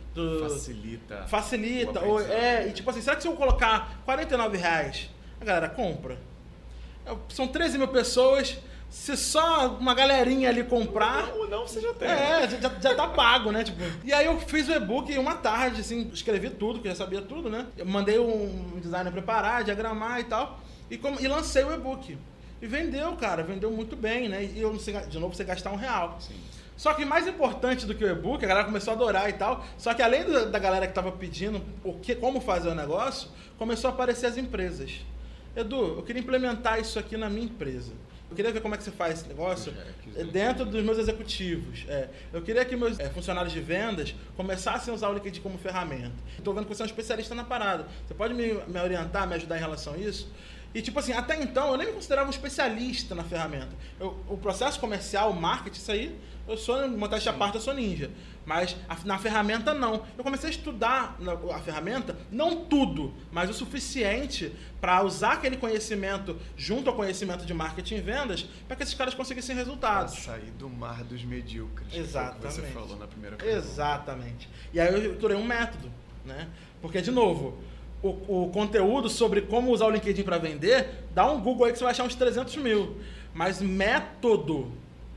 Facilita. E tipo assim, será que se eu colocar R$49, a galera compra? São 13 mil pessoas. Se só uma galerinha ali comprar... Não, você já tem. Já tá pago, né? Tipo, e aí eu fiz o e-book em uma tarde, assim, escrevi tudo, que eu já sabia tudo, né? Eu mandei um designer preparar, diagramar e tal, e lancei o e-book. E vendeu, cara, vendeu muito bem, né? E eu não sei, de novo, você gastar R$1. Sim. Só que mais importante do que o e-book, a galera começou a adorar e tal, só que além da galera que tava pedindo como fazer o negócio, começou a aparecer as empresas. Edu, eu queria implementar isso aqui na minha empresa. Eu queria ver como é que você faz esse negócio dentro dos meus executivos. Eu queria que meus funcionários de vendas começassem a usar o LinkedIn como ferramenta. Estou vendo que você é um especialista na parada. Você pode me orientar, me ajudar em relação a isso? E, tipo assim, até então, eu nem me considerava um especialista na ferramenta. O processo comercial, o marketing, isso aí, eu sou, modéstia à parte, eu sou ninja. Mas na ferramenta, não. Eu comecei a estudar a ferramenta, não tudo, mas o suficiente para usar aquele conhecimento junto ao conhecimento de marketing e vendas para que esses caras conseguissem resultados. Pra sair do mar dos medíocres. Exatamente. Que foi o que você falou na primeira pergunta. Exatamente. E aí eu estruturei um método, né? Porque, de novo, o conteúdo sobre como usar o LinkedIn para vender, dá um Google aí que você vai achar uns 300 mil. Mas método,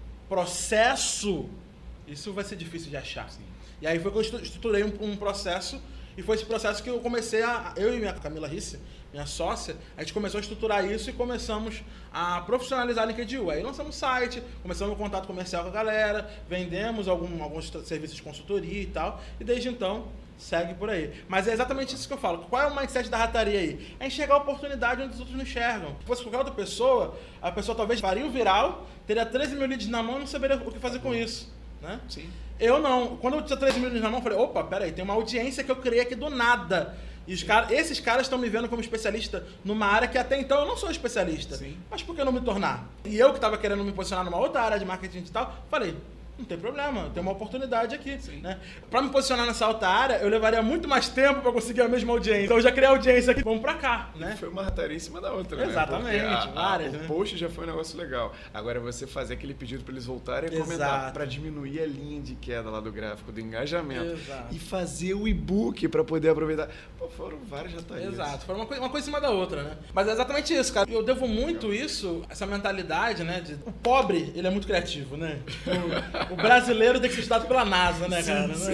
processo, isso vai ser difícil de achar. Sim. E aí foi que eu estruturei um processo, e foi esse processo que eu comecei eu e minha Camila Risse, minha sócia, a gente começou a estruturar isso e começamos a profissionalizar a LinkedIn. Aí lançamos o site, começamos o contato comercial com a galera, vendemos alguns serviços de consultoria e tal, e desde então segue por aí. Mas é exatamente isso que eu falo. Qual é o mindset da rataria aí? É enxergar a oportunidade onde os outros não enxergam. Se fosse qualquer outra pessoa, a pessoa talvez faria o viral, teria 13 mil leads na mão e não saberia o que fazer com isso. Né? Sim. Eu não. Quando eu tinha 13 mil leads na mão, eu falei, opa, peraí, tem uma audiência que eu criei aqui do nada. E esses caras estão me vendo como especialista numa área que até então eu não sou especialista. Sim. Mas por que não me tornar? E eu que estava querendo me posicionar numa outra área de marketing digital, falei, não tem problema, tem uma oportunidade aqui. Né? Para me posicionar nessa outra área, eu levaria muito mais tempo para conseguir a mesma audiência. Então eu já criei a audiência aqui, vamos para cá. Né? Foi uma rataria em cima da outra, exatamente, né? várias. O post já foi um negócio legal. Agora você fazer aquele pedido para eles voltarem a comentar, para diminuir a linha de queda lá do gráfico, do engajamento. Exato. E fazer o e-book para poder aproveitar. Pô, foram várias ratarias. Exato, foram uma coisa em cima da outra, né? Mas é exatamente isso, cara. Eu devo muito isso, essa mentalidade, né? O pobre, ele é muito criativo, né? O brasileiro tem que ser estudado pela NASA, né, cara? Sim.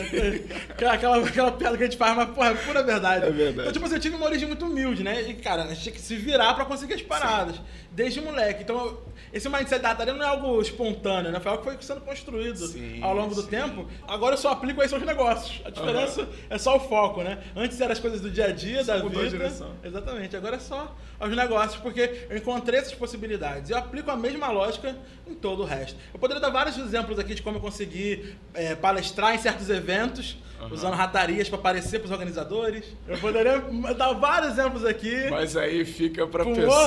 Aquela piada que a gente faz, mas, porra, é pura verdade. É verdade. Então, tipo assim, eu tive uma origem muito humilde, né? E, cara, a gente tinha que se virar pra conseguir as paradas. Sim. Desde moleque. Então, esse mindset da rataria não é algo espontâneo, né? Foi algo que foi sendo construído ao longo do tempo. Agora eu só aplico isso aos negócios. A diferença é só o foco, né? Antes eram as coisas do dia a dia, da vida. Exatamente. Agora é só aos negócios, porque eu encontrei essas possibilidades. Eu aplico a mesma lógica em todo o resto. Eu poderia dar vários exemplos aqui de como eu consegui palestrar em certos eventos, usando ratarias para aparecer para os organizadores. Eu poderia dar vários exemplos aqui. Mas aí fica para pessoa.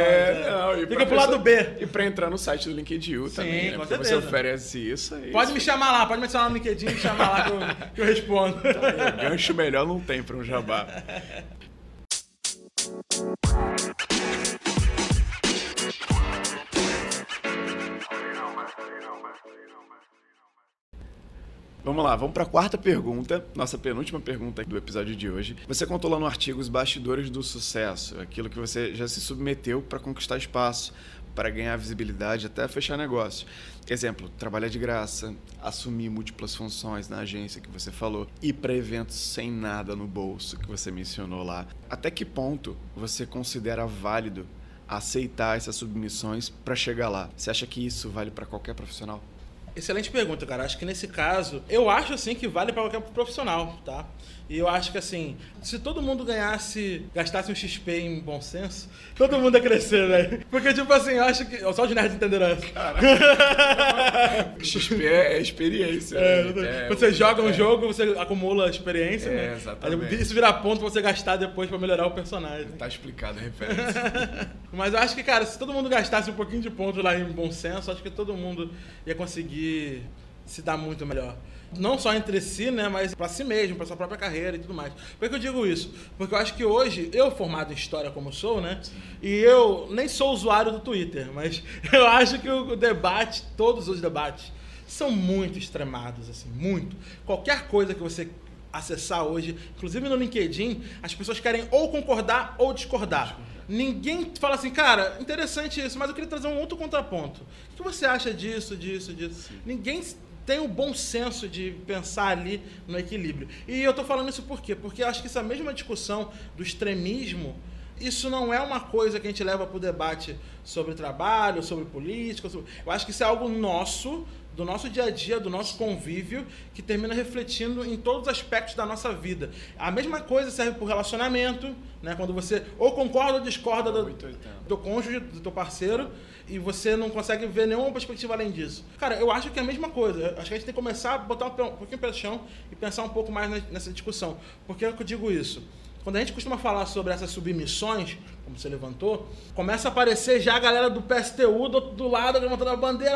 Fica pro lado B. E para entrar no site do LinkedIn também, né? Porque você oferece isso aí. Pode me chamar lá, pode me adicionar no LinkedIn e me chamar lá que eu respondo. Gancho melhor não tem para um jabá. Vamos lá, vamos para a quarta pergunta, nossa penúltima pergunta do episódio de hoje. Você contou lá no artigo os bastidores do sucesso, aquilo que você já se submeteu para conquistar espaço, para ganhar visibilidade, até fechar negócio. Exemplo, trabalhar de graça, assumir múltiplas funções na agência que você falou, ir para eventos sem nada no bolso, que você mencionou lá. Até que ponto você considera válido aceitar essas submissões para chegar lá? Você acha que isso vale para qualquer profissional? Excelente pergunta, cara. Acho que nesse caso, eu acho assim que vale para qualquer profissional, tá? E eu acho que assim, se todo mundo gastasse um XP em bom senso, todo mundo ia crescer, velho. Porque tipo assim, eu acho que... Só os nerds entenderam essa. XP é experiência. Quando você joga um jogo, você acumula experiência, né? Exatamente. Isso vira ponto pra você gastar depois pra melhorar o personagem. Tá explicado a referência. Mas eu acho que, cara, se todo mundo gastasse um pouquinho de ponto lá em bom senso, acho que todo mundo ia conseguir se dar muito melhor. Não só entre si, né, mas para si mesmo, para sua própria carreira e tudo mais. Por que eu digo isso? Porque eu acho que hoje, eu formado em história como sou, né, e eu nem sou usuário do Twitter, mas eu acho que o debate, todos os debates, são muito extremados, assim, muito. Qualquer coisa que você acessar hoje, inclusive no LinkedIn, as pessoas querem ou concordar ou discordar. Ninguém fala assim, cara, interessante isso, mas eu queria trazer um outro contraponto. O que você acha disso? Sim. Ninguém tem o bom senso de pensar ali no equilíbrio. E eu tô falando isso por quê? Porque eu acho que essa mesma discussão do extremismo, isso não é uma coisa que a gente leva para o debate sobre trabalho, sobre política. Eu acho que isso é algo nosso, do nosso dia a dia, do nosso convívio, que termina refletindo em todos os aspectos da nossa vida. A mesma coisa serve para o relacionamento, né? Quando você ou concorda ou discorda do cônjuge, do teu parceiro, e você não consegue ver nenhuma perspectiva além disso. Cara, eu acho que é a mesma coisa. Eu acho que a gente tem que começar a botar um pouquinho pé no chão e pensar um pouco mais nessa discussão. Por que eu digo isso? Quando a gente costuma falar sobre essas submissões, como você levantou, começa a aparecer já a galera do PSTU do lado, levantando a bandeira,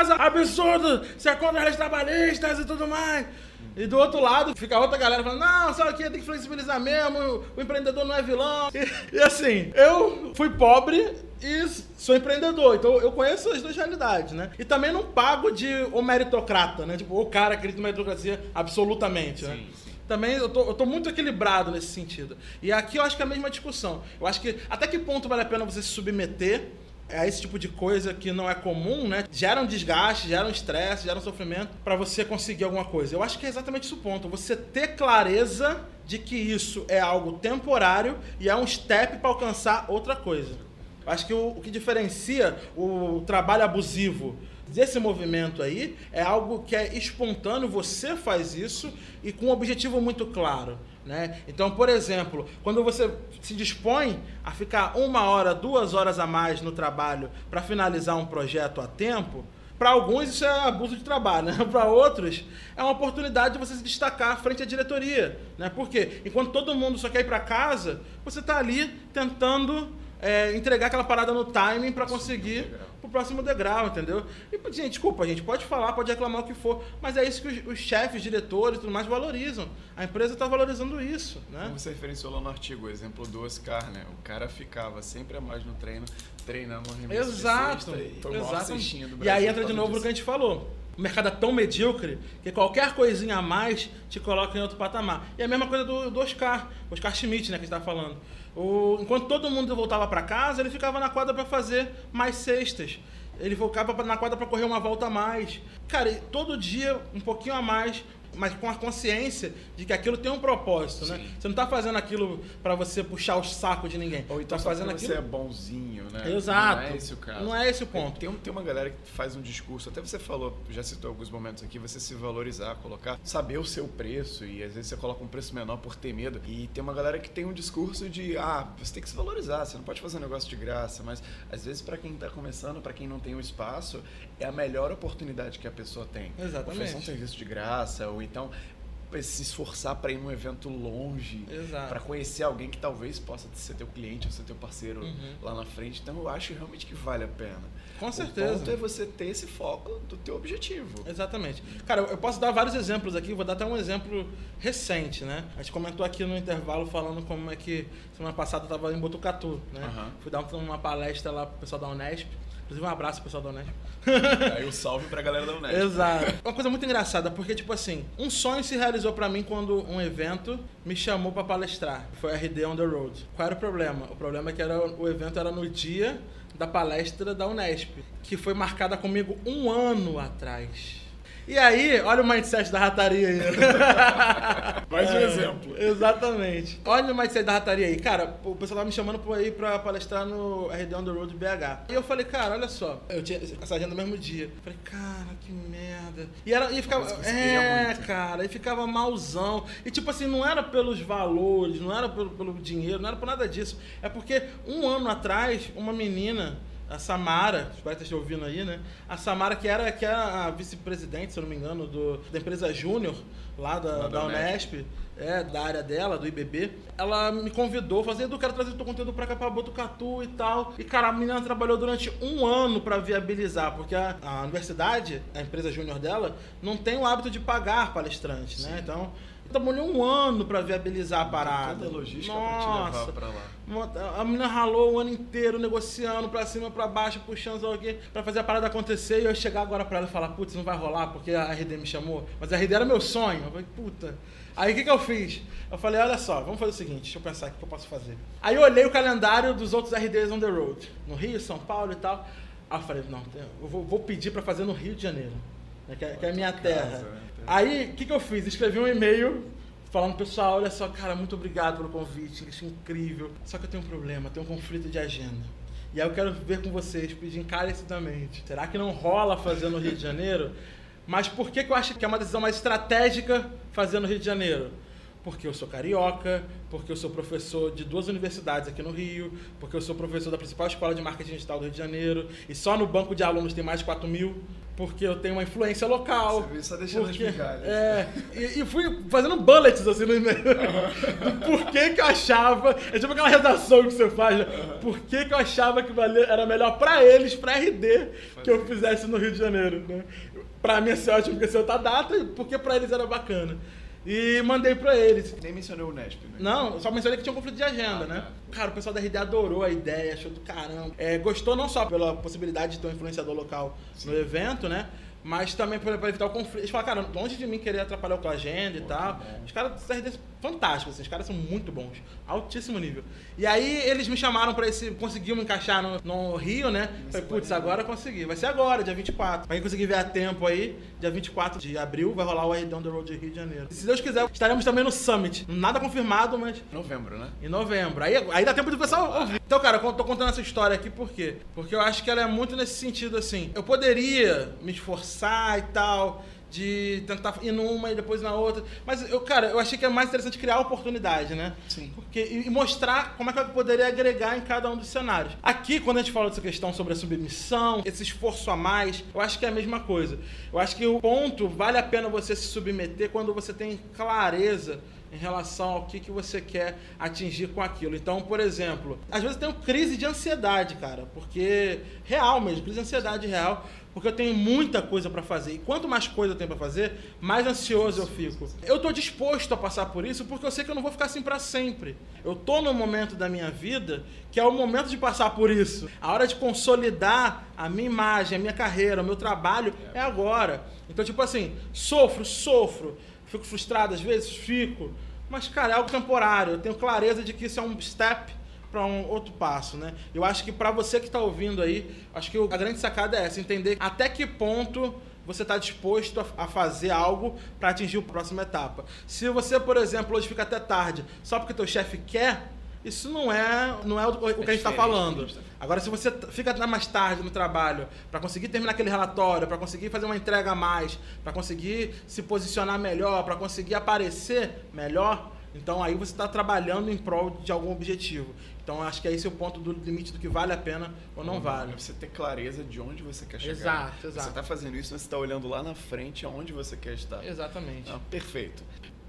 absurdo, você é contra as leis trabalhistas e tudo mais. E do outro lado fica outra galera falando, não, só que tem que flexibilizar mesmo, o empreendedor não é vilão. E assim, eu fui pobre e sou empreendedor, então eu conheço as duas realidades, né? E também não pago de o meritocrata, né? Tipo, o cara acredita na meritocracia absolutamente, né? Sim. Também eu tô muito equilibrado nesse sentido. E aqui eu acho que é a mesma discussão. Eu acho que até que ponto vale a pena você se submeter a esse tipo de coisa que não é comum, né? Gera um desgaste, gera um estresse, gera um sofrimento para você conseguir alguma coisa. Eu acho que é exatamente esse o ponto. Você ter clareza de que isso é algo temporário e é um step para alcançar outra coisa. Eu acho que o que diferencia o trabalho abusivo desse movimento aí é algo que é espontâneo, você faz isso e com um objetivo muito claro, né? Então, por exemplo, quando você se dispõe a ficar 1 hora, 2 horas a mais no trabalho para finalizar um projeto a tempo, para alguns isso é abuso de trabalho, né? Para outros é uma oportunidade de você se destacar frente à diretoria, né? Porque enquanto todo mundo só quer ir para casa, você está ali tentando entregar aquela parada no timing para conseguir pro próximo degrau, entendeu? E, gente, desculpa, a gente pode falar, pode reclamar o que for, mas é isso que os chefes, diretores e tudo mais valorizam. A empresa está valorizando isso, né? Como você referenciou lá no artigo, o exemplo do Oscar, né? O cara ficava sempre a mais no treino, treinando no arremesso de cesta, e foi o maior cestinha do Brasil. E aí entra de novo no que a gente falou. O mercado é tão medíocre que qualquer coisinha a mais te coloca em outro patamar. E a mesma coisa do Oscar Schmidt, né, que a gente estava falando. Enquanto todo mundo voltava para casa, ele ficava na quadra para fazer mais cestas. Ele ficava na quadra para correr uma volta a mais. Cara, todo dia um pouquinho a mais, mas com a consciência de que aquilo tem um propósito, né? Você não tá fazendo aquilo para você puxar o saco de ninguém. Ou então tá fazendo aquilo... você é bonzinho, né? Exato. Não é esse o caso. Não é esse o ponto. Tem uma galera que faz um discurso, até você falou, já citou alguns momentos aqui, você se valorizar, colocar, saber o seu preço, e às vezes você coloca um preço menor por ter medo. E tem uma galera que tem um discurso de, você tem que se valorizar, você não pode fazer um negócio de graça, mas às vezes para quem tá começando, para quem não tem um espaço, é a melhor oportunidade que a pessoa tem. Exatamente. Oferecer um serviço de graça, ou então se esforçar para ir num evento longe, para conhecer alguém que talvez possa ser teu cliente ou ser teu parceiro lá na frente. Então eu acho realmente que vale a pena. Com certeza. O ponto é você ter esse foco do teu objetivo. Exatamente. Cara, eu posso dar vários exemplos aqui, vou dar até um exemplo recente, né? A gente comentou aqui no intervalo falando como é que semana passada eu estava em Botucatu, né? Fui dar uma palestra lá pro pessoal da Unesp. Inclusive, um abraço pro pessoal da Unesp. Aí o salve pra galera da Unesp. Exato. Uma coisa muito engraçada, porque, tipo assim, um sonho se realizou pra mim quando um evento me chamou pra palestrar. Foi a RD On The Road. Qual era o problema? O problema é que o evento era no dia da palestra da Unesp, que foi marcada comigo 1 ano atrás. E aí, olha o mindset da rataria aí. Mais um exemplo. Exatamente. Olha o mindset da rataria aí. Cara, o pessoal tava me chamando aí pra palestrar no RD On The Road BH. E eu falei, cara, olha só. Eu tinha essa agenda no mesmo dia. Falei, cara, que merda. E ficava... cara. E ficava malzão. E tipo assim, não era pelos valores, não era pelo dinheiro, não era por nada disso. É porque 1 ano atrás, uma menina... A Samara, espero que esteja ouvindo aí, né? A Samara, que era a vice-presidente, se eu não me engano, da empresa Júnior, lá da Unesp, da área dela, do IBB. Ela me convidou, falou assim, Edu, quero trazer o teu conteúdo pra cá, pra Botucatu e tal. E, cara, a menina trabalhou durante 1 ano pra viabilizar, porque a universidade, a empresa Júnior dela, não tem o hábito de pagar palestrantes, né? Então... trabalhou 1 ano para viabilizar a parada. Toda a logística para te levar para lá. A menina ralou o ano inteiro negociando para cima, para baixo, puxando alguém para fazer a parada acontecer. E eu chegar agora para ela e falar, putz, não vai rolar porque a RD me chamou. Mas a RD era meu sonho. Eu falei, puta. Aí o que eu fiz? Eu falei, olha só, vamos fazer o seguinte, deixa eu pensar o que eu posso fazer. Aí eu olhei o calendário dos outros RDs on the road, no Rio, São Paulo e tal. Aí eu falei, não, eu vou pedir para fazer no Rio de Janeiro, que é a minha terra. Aí, o que eu fiz? Escrevi um e-mail falando, pessoal, olha só, cara, muito obrigado pelo convite, isso é incrível. Só que eu tenho um problema, eu tenho um conflito de agenda. E aí eu quero ver com vocês, pedir encarecidamente. Será que não rola fazer no Rio de Janeiro? Mas por que eu acho que é uma decisão mais estratégica fazer no Rio de Janeiro? Porque eu sou carioca, porque eu sou professor de 2 universidades aqui no Rio, porque eu sou professor da principal escola de marketing digital do Rio de Janeiro, e só no banco de alunos tem mais de 4.000, porque eu tenho uma influência local. Você viu só deixando as migalhas. E fui fazendo bullets assim no e-mail. Do porquê que eu achava. É tipo aquela redação que você faz, né? Por que eu achava que era melhor pra eles, pra RD, que eu fizesse no Rio de Janeiro, né? Pra mim ia ser ótimo porque ia ser outra data, porque pra eles era bacana. E mandei pra eles. Nem mencionou o Nesp, né? Não, só mencionei que tinha um conflito de agenda, né? Cara, o pessoal da RD adorou a ideia, achou do caramba. Gostou não só pela possibilidade de ter um influenciador local no evento, né? Mas também para evitar o conflito. Eles falaram, cara, longe de mim querer atrapalhar a tua agenda e tal. Os caras da RD fantásticos, assim, os caras são muito bons. Altíssimo nível. E aí eles me chamaram pra conseguiu me encaixar no Rio, né? Falei, putz, agora eu consegui. Vai ser agora, dia 24. Pra quem conseguir ver a tempo aí, dia 24 de abril, vai rolar o RD On The Road de Rio de Janeiro. E se Deus quiser, estaremos também no Summit. Nada confirmado, mas... Novembro, né? Em novembro. Aí dá tempo do pessoal ouvir. Então, cara, eu tô contando essa história aqui por quê? Porque eu acho que ela é muito nesse sentido, assim. Eu poderia me esforçar e tal, de tentar ir numa e depois na outra. Mas, eu achei que é mais interessante criar oportunidade, né? Sim. E mostrar como é que eu poderia agregar em cada um dos cenários. Aqui, quando a gente fala dessa questão sobre a submissão, esse esforço a mais, eu acho que é a mesma coisa. Eu acho que o ponto vale a pena você se submeter quando você tem clareza em relação ao que você quer atingir com aquilo. Então, por exemplo, às vezes eu tenho crise de ansiedade, cara, porque real mesmo, crise de ansiedade real, porque eu tenho muita coisa para fazer. E quanto mais coisa eu tenho para fazer, mais ansioso eu fico. Eu tô disposto a passar por isso porque eu sei que eu não vou ficar assim para sempre. Eu tô num momento da minha vida que é o momento de passar por isso. A hora de consolidar a minha imagem, a minha carreira, o meu trabalho é agora. Então, tipo assim, sofro, fico frustrado às vezes, fico. Mas, cara, é algo temporário. Eu tenho clareza de que isso é um step para um outro passo, né? Eu acho que para você que está ouvindo aí, acho que a grande sacada é essa, entender até que ponto você está disposto a fazer algo para atingir a próxima etapa. Se você, por exemplo, hoje fica até tarde só porque teu chefe quer, isso não é o que a gente está falando. Agora, se você fica até mais tarde no trabalho para conseguir terminar aquele relatório, para conseguir fazer uma entrega a mais, para conseguir se posicionar melhor, para conseguir aparecer melhor, então aí você está trabalhando em prol de algum objetivo. Então acho que é esse o ponto do limite do que vale a pena ou não vale. Você ter clareza de onde você quer chegar. Exato. Você está fazendo isso, você está olhando lá na frente aonde você quer estar. Exatamente. Perfeito.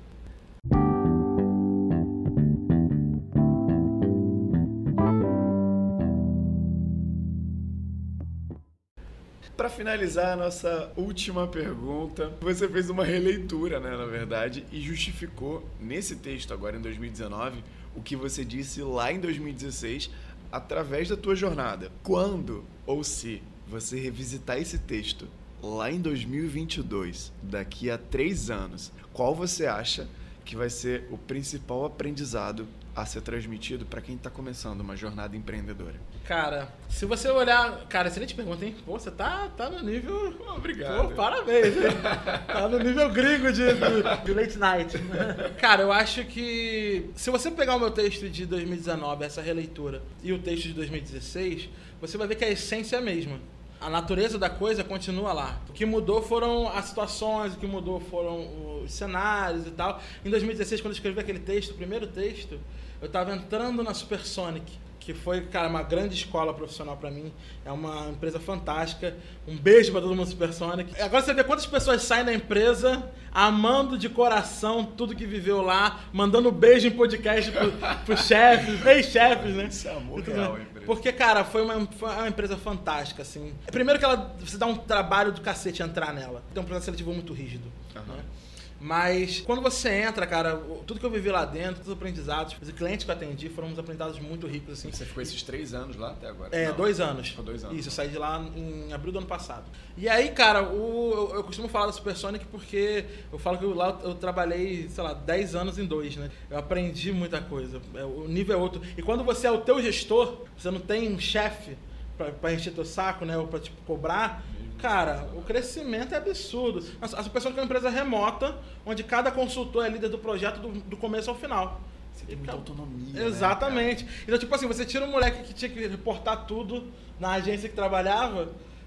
Para finalizar a nossa última pergunta, você fez uma releitura, né, na verdade, e justificou nesse texto agora em 2019 o que você disse lá em 2016 através da tua jornada. Quando ou se você revisitar esse texto lá em 2022, daqui a 3 anos, qual você acha que vai ser o principal aprendizado a ser transmitido para quem está começando uma jornada empreendedora? Cara, se você olhar... Cara, excelente pergunta, hein? Pô, você tá no nível... Obrigado. Pô, parabéns, hein? Tá no nível gringo de late night. Cara, eu acho que... Se você pegar o meu texto de 2019, essa releitura, e o texto de 2016, você vai ver que a essência é a mesma. A natureza da coisa continua lá. O que mudou foram as situações, o que mudou foram os cenários e tal. Em 2016, quando eu escrevi aquele texto, o primeiro texto, eu estava entrando na Supersonic, que foi, cara, uma grande escola profissional para mim. É uma empresa fantástica. Um beijo para todo mundo Supersonic. Agora você vê quantas pessoas saem da empresa amando de coração tudo que viveu lá, mandando beijo em podcast pros chefes, ex-chefes, né? Isso é amor real, empresa. Porque, cara, foi uma empresa fantástica, assim. Primeiro que você dá um trabalho do cacete entrar nela. Tem um processo seletivo muito rígido, né? Mas quando você entra, cara, tudo que eu vivi lá dentro, todos os aprendizados, os clientes que eu atendi foram uns aprendizados muito ricos, assim. Você ficou esses 3 anos lá até agora? 2 anos. Ficou 2 anos. Isso, eu saí de lá em abril do ano passado. E aí, cara, eu costumo falar da Supersonic porque eu falo que lá eu trabalhei, sei lá, 10 anos em 2, né? Eu aprendi muita coisa. O nível é outro. E quando você é o teu gestor, você não tem um chefe pra encher teu saco, né? Ou pra, tipo, cobrar. Cara, o crescimento é absurdo. A Supersonic é uma empresa remota, onde cada consultor é líder do projeto do começo ao final. Você tem muita autonomia. Exatamente. Né, então, tipo assim, você tira um moleque que tinha que reportar tudo na agência que trabalhava,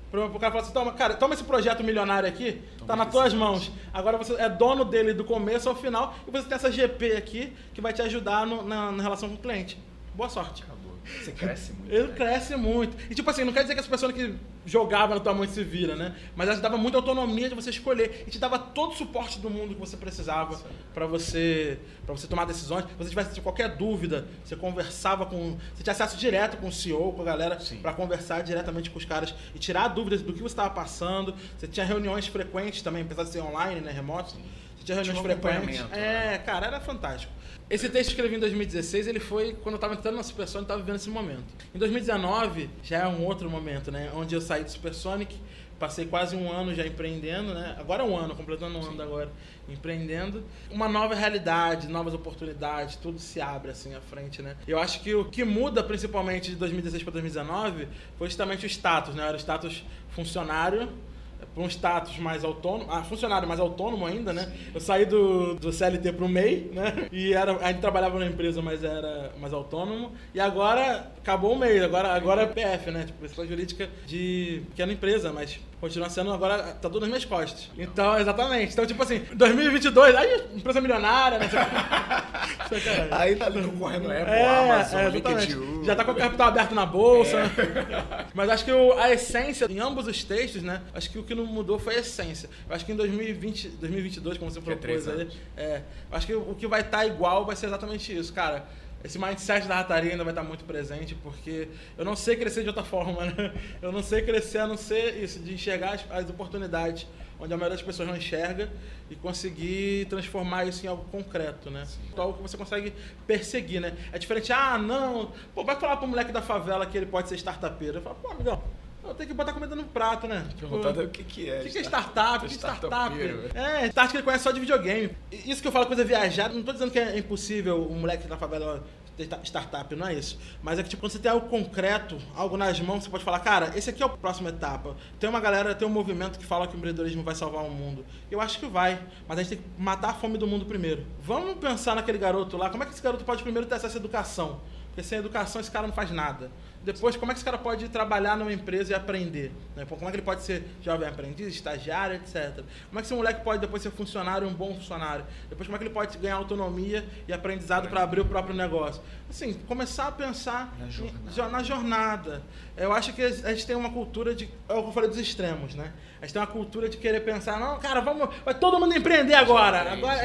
Pro cara falar assim, toma esse projeto milionário aqui, tá nas tuas mãos. Agora você é dono dele do começo ao final e você tem essa GP aqui que vai te ajudar na relação com o cliente. Boa sorte. Acabou. Você cresce muito. Ele cresce muito. E tipo assim, não quer dizer que essa pessoa que jogava na tua mão se vira, né? Mas ela te dava muita autonomia de você escolher. E te dava todo o suporte do mundo que você precisava pra você tomar decisões. Se você tivesse qualquer dúvida, você conversava com... Você tinha acesso direto com o CEO, com a galera, pra conversar diretamente com os caras e tirar dúvidas do que você estava passando. Você tinha reuniões frequentes também, apesar de ser online, né? Remoto. Você tinha reuniões frequentes. Cara, era fantástico. Esse texto que eu escrevi em 2016, ele foi quando eu estava entrando na Supersonic, eu estava vivendo esse momento. Em 2019, já é um outro momento, né? Onde eu saí de Supersonic, passei quase um ano já empreendendo, né? Agora é um ano, completando um ano agora, empreendendo. Uma nova realidade, novas oportunidades, tudo se abre assim à frente, né? Eu acho que o que muda principalmente de 2016 para 2019 foi justamente o status, né? Era o status funcionário, para um status mais autônomo, funcionário mais autônomo ainda, né? Eu saí do CLT para o MEI, né? E a gente trabalhava na empresa, mas era mais autônomo. E agora acabou o MEI, agora é PF, né? Tipo, pessoa jurídica de pequena empresa, mas continua sendo agora, tá tudo nas minhas costas. Então, exatamente. Então, tipo assim, 2022, aí empresa milionária, né? Aí tá concorrendo Apple, Amazon, LinkedIn. Já tá com o capital aberto na bolsa. Né? Mas acho que a essência, em ambos os textos, né? Acho que o que não mudou foi a essência. Eu acho que em 2022, como você propôs aí, acho que o que vai estar igual vai ser exatamente isso, cara. Esse mindset da rataria ainda vai estar muito presente, porque eu não sei crescer de outra forma, né? Eu não sei crescer a não ser isso, de enxergar as oportunidades onde a maioria das pessoas não enxerga e conseguir transformar isso em algo concreto, né? Então, algo que você consegue perseguir, né? É diferente, não, pô, vai falar pro moleque da favela que ele pode ser startupeiro. Eu falo, pô, amigão, eu tenho que botar comida no prato, né? Perguntando o que é. O que é startup? O que é startup? Startup que ele conhece só de videogame. Isso que eu falo, coisa viajada, não tô dizendo que é impossível um moleque da favela ter startup, não é isso. Mas é que tipo, quando você tem algo concreto, algo nas mãos, você pode falar, cara, esse aqui é a próxima etapa. Tem uma galera, tem um movimento que fala que o empreendedorismo vai salvar o mundo. Eu acho que vai, mas a gente tem que matar a fome do mundo primeiro. Vamos pensar naquele garoto lá, como é que esse garoto pode primeiro ter acesso à educação? Porque sem educação esse cara não faz nada. Depois, como é que esse cara pode trabalhar numa empresa e aprender? Né? Como é que ele pode ser jovem aprendiz, estagiário, etc. Como é que esse moleque pode depois ser funcionário, um bom funcionário? Depois, como é que ele pode ganhar autonomia e aprendizado para abrir o próprio negócio? Assim, começar a pensar na jornada. Eu acho que a gente tem uma cultura de... É o que eu falei dos extremos, né? A gente tem uma cultura de querer pensar, não, cara, vai todo mundo empreender agora.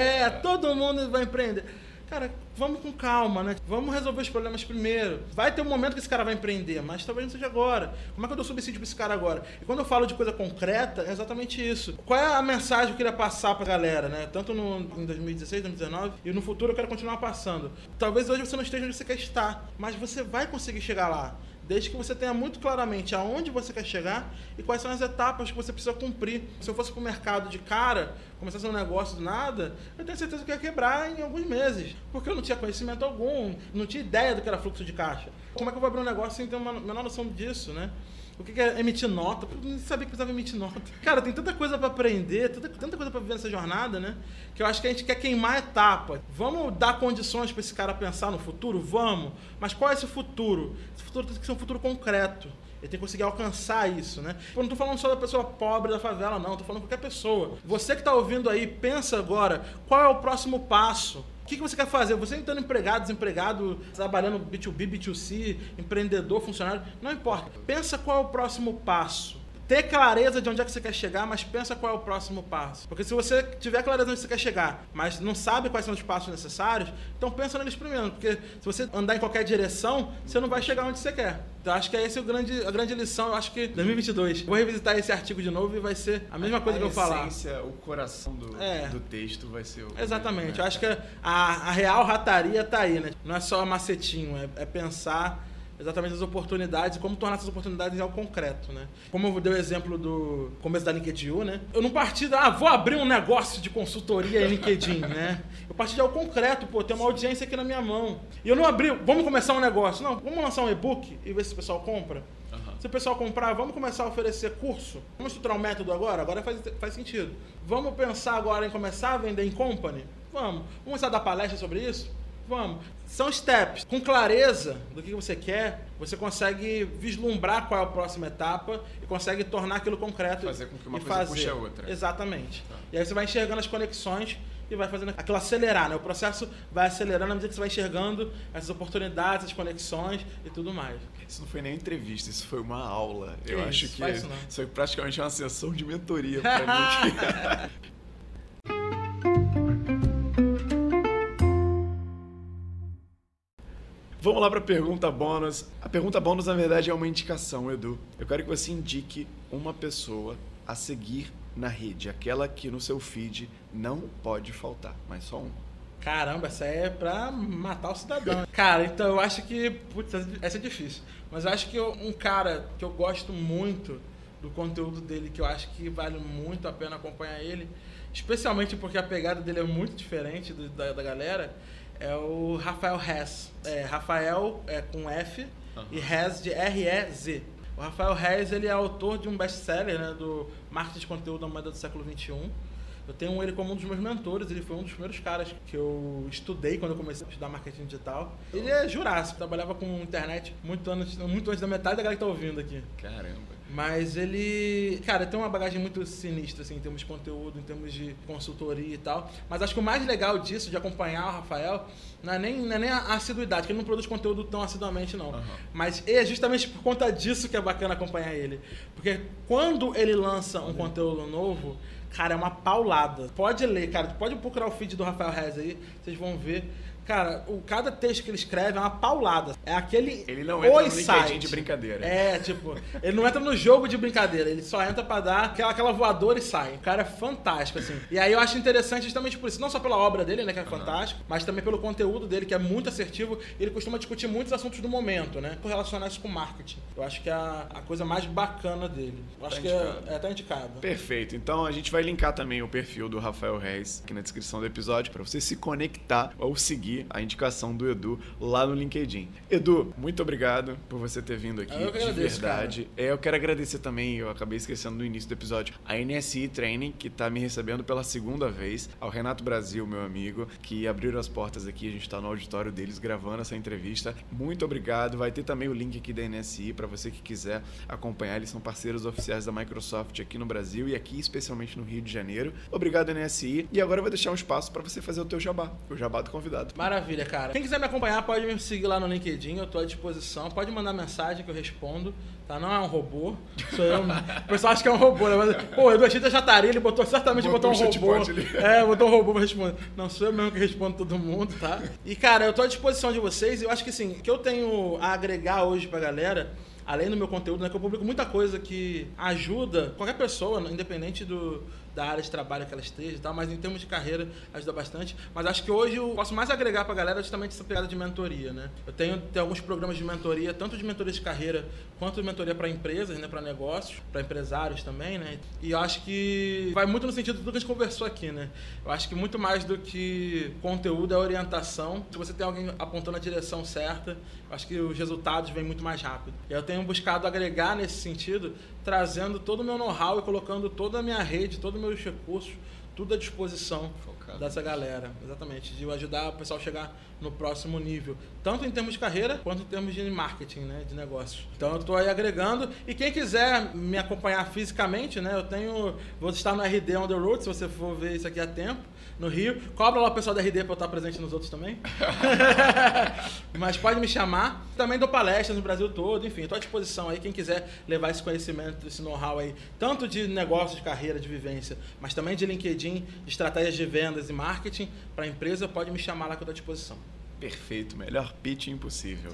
Todo mundo vai empreender. Cara, vamos com calma, né? Vamos resolver os problemas primeiro. Vai ter um momento que esse cara vai empreender, mas talvez não seja agora. Como é que eu dou subsídio para esse cara agora? E quando eu falo de coisa concreta, é exatamente isso. Qual é a mensagem que eu queria passar pra galera, né? Tanto em 2016, 2019 e no futuro eu quero continuar passando. Talvez hoje você não esteja onde você quer estar, mas você vai conseguir chegar lá. Desde que você tenha muito claramente aonde você quer chegar e quais são as etapas que você precisa cumprir. Se eu fosse para o mercado de cara, começasse um negócio do nada, eu tenho certeza que eu ia quebrar em alguns meses. Porque eu não tinha conhecimento algum, não tinha ideia do que era fluxo de caixa. Como é que eu vou abrir um negócio sem ter uma menor noção disso, né? O que é emitir nota? Eu nem sabia que precisava emitir nota. Cara, tem tanta coisa para aprender, tanta coisa para viver nessa jornada, né? Que eu acho que a gente quer queimar a etapa. Vamos dar condições para esse cara pensar no futuro? Vamos. Mas qual é esse futuro? Esse futuro tem que ser um futuro concreto. Ele tem que conseguir alcançar isso, né? Eu não estou falando só da pessoa pobre da favela, não. Estou falando de qualquer pessoa. Você que está ouvindo aí, pensa agora, qual é o próximo passo? O que você quer fazer? Você estando empregado, desempregado, trabalhando B2B, B2C, empreendedor, funcionário, não importa. Pensa qual é o próximo passo. Ter clareza de onde é que você quer chegar, mas pensa qual é o próximo passo. Porque se você tiver clareza de onde você quer chegar, mas não sabe quais são os passos necessários, então pensa neles primeiro. Porque se você andar em qualquer direção, você não vai chegar onde você quer. Então acho que essa é a grande lição. Eu acho que 2022, vou revisitar esse artigo de novo e vai ser a mesma coisa que eu falar. A essência, o coração do texto vai ser o... Exatamente. Eu acho que a real rataria tá aí, né? Não é só macetinho, é pensar exatamente as oportunidades e como tornar essas oportunidades em algo concreto, né? Como eu dei o exemplo do começo da LinkedIn, né? Eu não parti vou abrir um negócio de consultoria em LinkedIn, né? Eu parti de algo concreto, tem uma audiência aqui na minha mão. E eu não abri, vamos começar um negócio. Não, vamos lançar um e-book e ver se o pessoal compra. Se o pessoal comprar, vamos começar a oferecer curso. Vamos estruturar um método agora faz sentido. Vamos pensar agora em começar a vender em company? Vamos começar a dar palestra sobre isso? Vamos. São steps. Com clareza do que você quer, você consegue vislumbrar qual é a próxima etapa e consegue tornar aquilo concreto. Fazer com que uma coisa puxe a outra. Exatamente. Tá. E aí você vai enxergando as conexões e vai fazendo aquilo acelerar, né? O processo vai acelerando à medida que você vai enxergando essas oportunidades, as conexões e tudo mais. Isso não foi nem entrevista, isso foi uma aula. Eu acho que isso foi praticamente uma sessão de mentoria para mim. Vamos lá para a pergunta bônus. A pergunta bônus, na verdade, é uma indicação, Edu. Eu quero que você indique uma pessoa a seguir na rede, aquela que no seu feed não pode faltar, mas só uma. Caramba, essa é pra matar o cidadão. Cara, então eu acho que... Putz, essa é difícil. Mas eu acho que um cara que eu gosto muito do conteúdo dele, que eu acho que vale muito a pena acompanhar ele, especialmente porque a pegada dele é muito diferente da galera, é o Rafael Rez. Rafael é com F e Rez de R-E-Z. O Rafael Rez, ele é autor de um best-seller, né, do Marketing de Conteúdo da Moeda do Século XXI. Eu tenho ele como um dos meus mentores, ele foi um dos primeiros caras que eu estudei quando eu comecei a estudar marketing digital. Ele é jurássico, trabalhava com internet muito antes da metade da galera que tá ouvindo aqui. Caramba. Mas ele, cara, tem uma bagagem muito sinistra, assim, em termos de conteúdo, em termos de consultoria e tal. Mas acho que o mais legal disso, de acompanhar o Rafael, não é nem a assiduidade, que ele não produz conteúdo tão assiduamente, não. Uhum. Mas é justamente por conta disso que é bacana acompanhar ele. Porque quando ele lança um conteúdo novo, cara, é uma paulada. Pode ler, cara, pode procurar o feed do Rafael Rez aí, vocês vão ver. Cara, cada texto que ele escreve é uma paulada. É aquele... Ele não entra no LinkedIn de brincadeira. Ele não entra no jogo de brincadeira. Ele só entra pra dar aquela voadora e sai. O cara é fantástico, assim. E aí eu acho interessante justamente por isso. Não só pela obra dele, né, que é fantástico, mas também pelo conteúdo dele, que é muito assertivo. Ele costuma discutir muitos assuntos do momento, né? Relacionados com marketing. Eu acho que é a coisa mais bacana dele. Eu acho que tá indicado. Perfeito. Então a gente vai linkar também o perfil do Rafael Rez aqui na descrição do episódio pra você se conectar ou seguir a indicação do Edu lá no LinkedIn. Edu, muito obrigado por você ter vindo aqui, de verdade. Eu quero agradecer também, eu acabei esquecendo no início do episódio, a NSI Training, que está me recebendo pela segunda vez, ao Renato Brasil, meu amigo, que abriram as portas aqui, a gente está no auditório deles gravando essa entrevista. Muito obrigado. Vai ter também o link aqui da NSI para você que quiser acompanhar. Eles são parceiros oficiais da Microsoft aqui no Brasil e aqui especialmente no Rio de Janeiro. Obrigado, NSI. E agora eu vou deixar um espaço para você fazer o teu jabá, o jabá do convidado. Maravilha, cara. Quem quiser me acompanhar pode me seguir lá no LinkedIn, eu tô à disposição. Pode mandar mensagem que eu respondo, tá? Não é um robô, sou eu. O pessoal acha que é um robô, né? Mas, pô, Edu Achita Jatari, ele certamente botou um robô. Botou um robô pra responder. Não, sou eu mesmo que respondo todo mundo, tá? E, cara, eu tô à disposição de vocês e eu acho que, assim, o que eu tenho a agregar hoje pra galera, além do meu conteúdo, né, que eu publico muita coisa que ajuda qualquer pessoa, independente da área de trabalho que ela esteja e tal, mas em termos de carreira ajuda bastante. Mas acho que hoje eu posso mais agregar pra galera justamente essa pegada de mentoria, né? Eu tenho alguns programas de mentoria, tanto de mentoria de carreira quanto de mentoria para empresas, né, para negócios, para empresários também, né? E eu acho que vai muito no sentido do que a gente conversou aqui, né? Eu acho que muito mais do que conteúdo é orientação. Se você tem alguém apontando a direção certa, eu acho que os resultados vêm muito mais rápido. E eu tenho buscado agregar nesse sentido, trazendo todo o meu know-how e colocando toda a minha rede, todos os meus recursos, tudo à disposição dessa galera. Exatamente, de ajudar o pessoal a chegar no próximo nível, tanto em termos de carreira, quanto em termos de marketing, né, de negócios. Então eu estou aí agregando, e quem quiser me acompanhar fisicamente, né, vou estar no RD On The Road, se você for ver isso aqui a tempo, no Rio. Cobra lá o pessoal da RD para eu estar presente nos outros também. Mas pode me chamar. Também dou palestras no Brasil todo, enfim, estou à disposição aí, quem quiser levar esse conhecimento, esse know-how aí, tanto de negócio, de carreira, de vivência, mas também de LinkedIn, de estratégias de vendas e marketing para a empresa, pode me chamar lá que eu estou à disposição. Perfeito, melhor pitch impossível.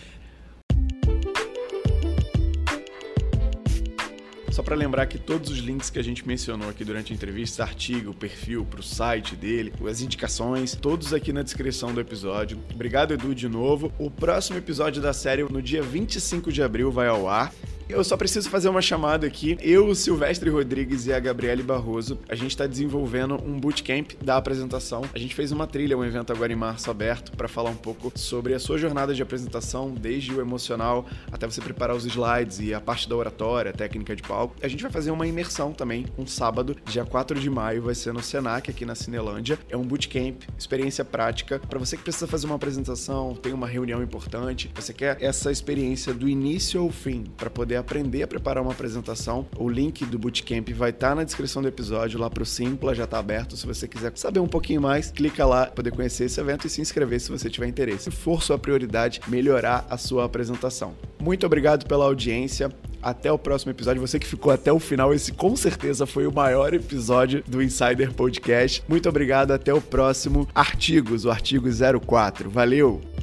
Só para lembrar que todos os links que a gente mencionou aqui durante a entrevista, artigo, perfil, para o site dele, as indicações, todos aqui na descrição do episódio. Obrigado, Edu, de novo. O próximo episódio da série, no dia 25 de abril, vai ao ar. Eu só preciso fazer uma chamada aqui. Eu, o Silvestre Rodrigues e a Gabriele Barroso, a gente está desenvolvendo um bootcamp da apresentação. A gente fez uma trilha, um evento agora em março aberto, para falar um pouco sobre a sua jornada de apresentação, desde o emocional até você preparar os slides e a parte da oratória, a técnica de palco. A gente vai fazer uma imersão também, um sábado, dia 4 de maio, vai ser no Senac, aqui na Cinelândia. É um bootcamp, experiência prática, para você que precisa fazer uma apresentação, tem uma reunião importante, você quer essa experiência do início ao fim, para poder aprender a preparar uma apresentação. O link do bootcamp vai estar na descrição do episódio, lá pro Simpla, já está aberto. Se você quiser saber um pouquinho mais, clica lá, poder conhecer esse evento e se inscrever se você tiver interesse. Se for sua prioridade, melhorar a sua apresentação. Muito obrigado pela audiência. Até o próximo episódio. Você que ficou até o final, esse com certeza foi o maior episódio do Insider Podcast. Muito obrigado, até o próximo Artigos, o Artigo 04. Valeu!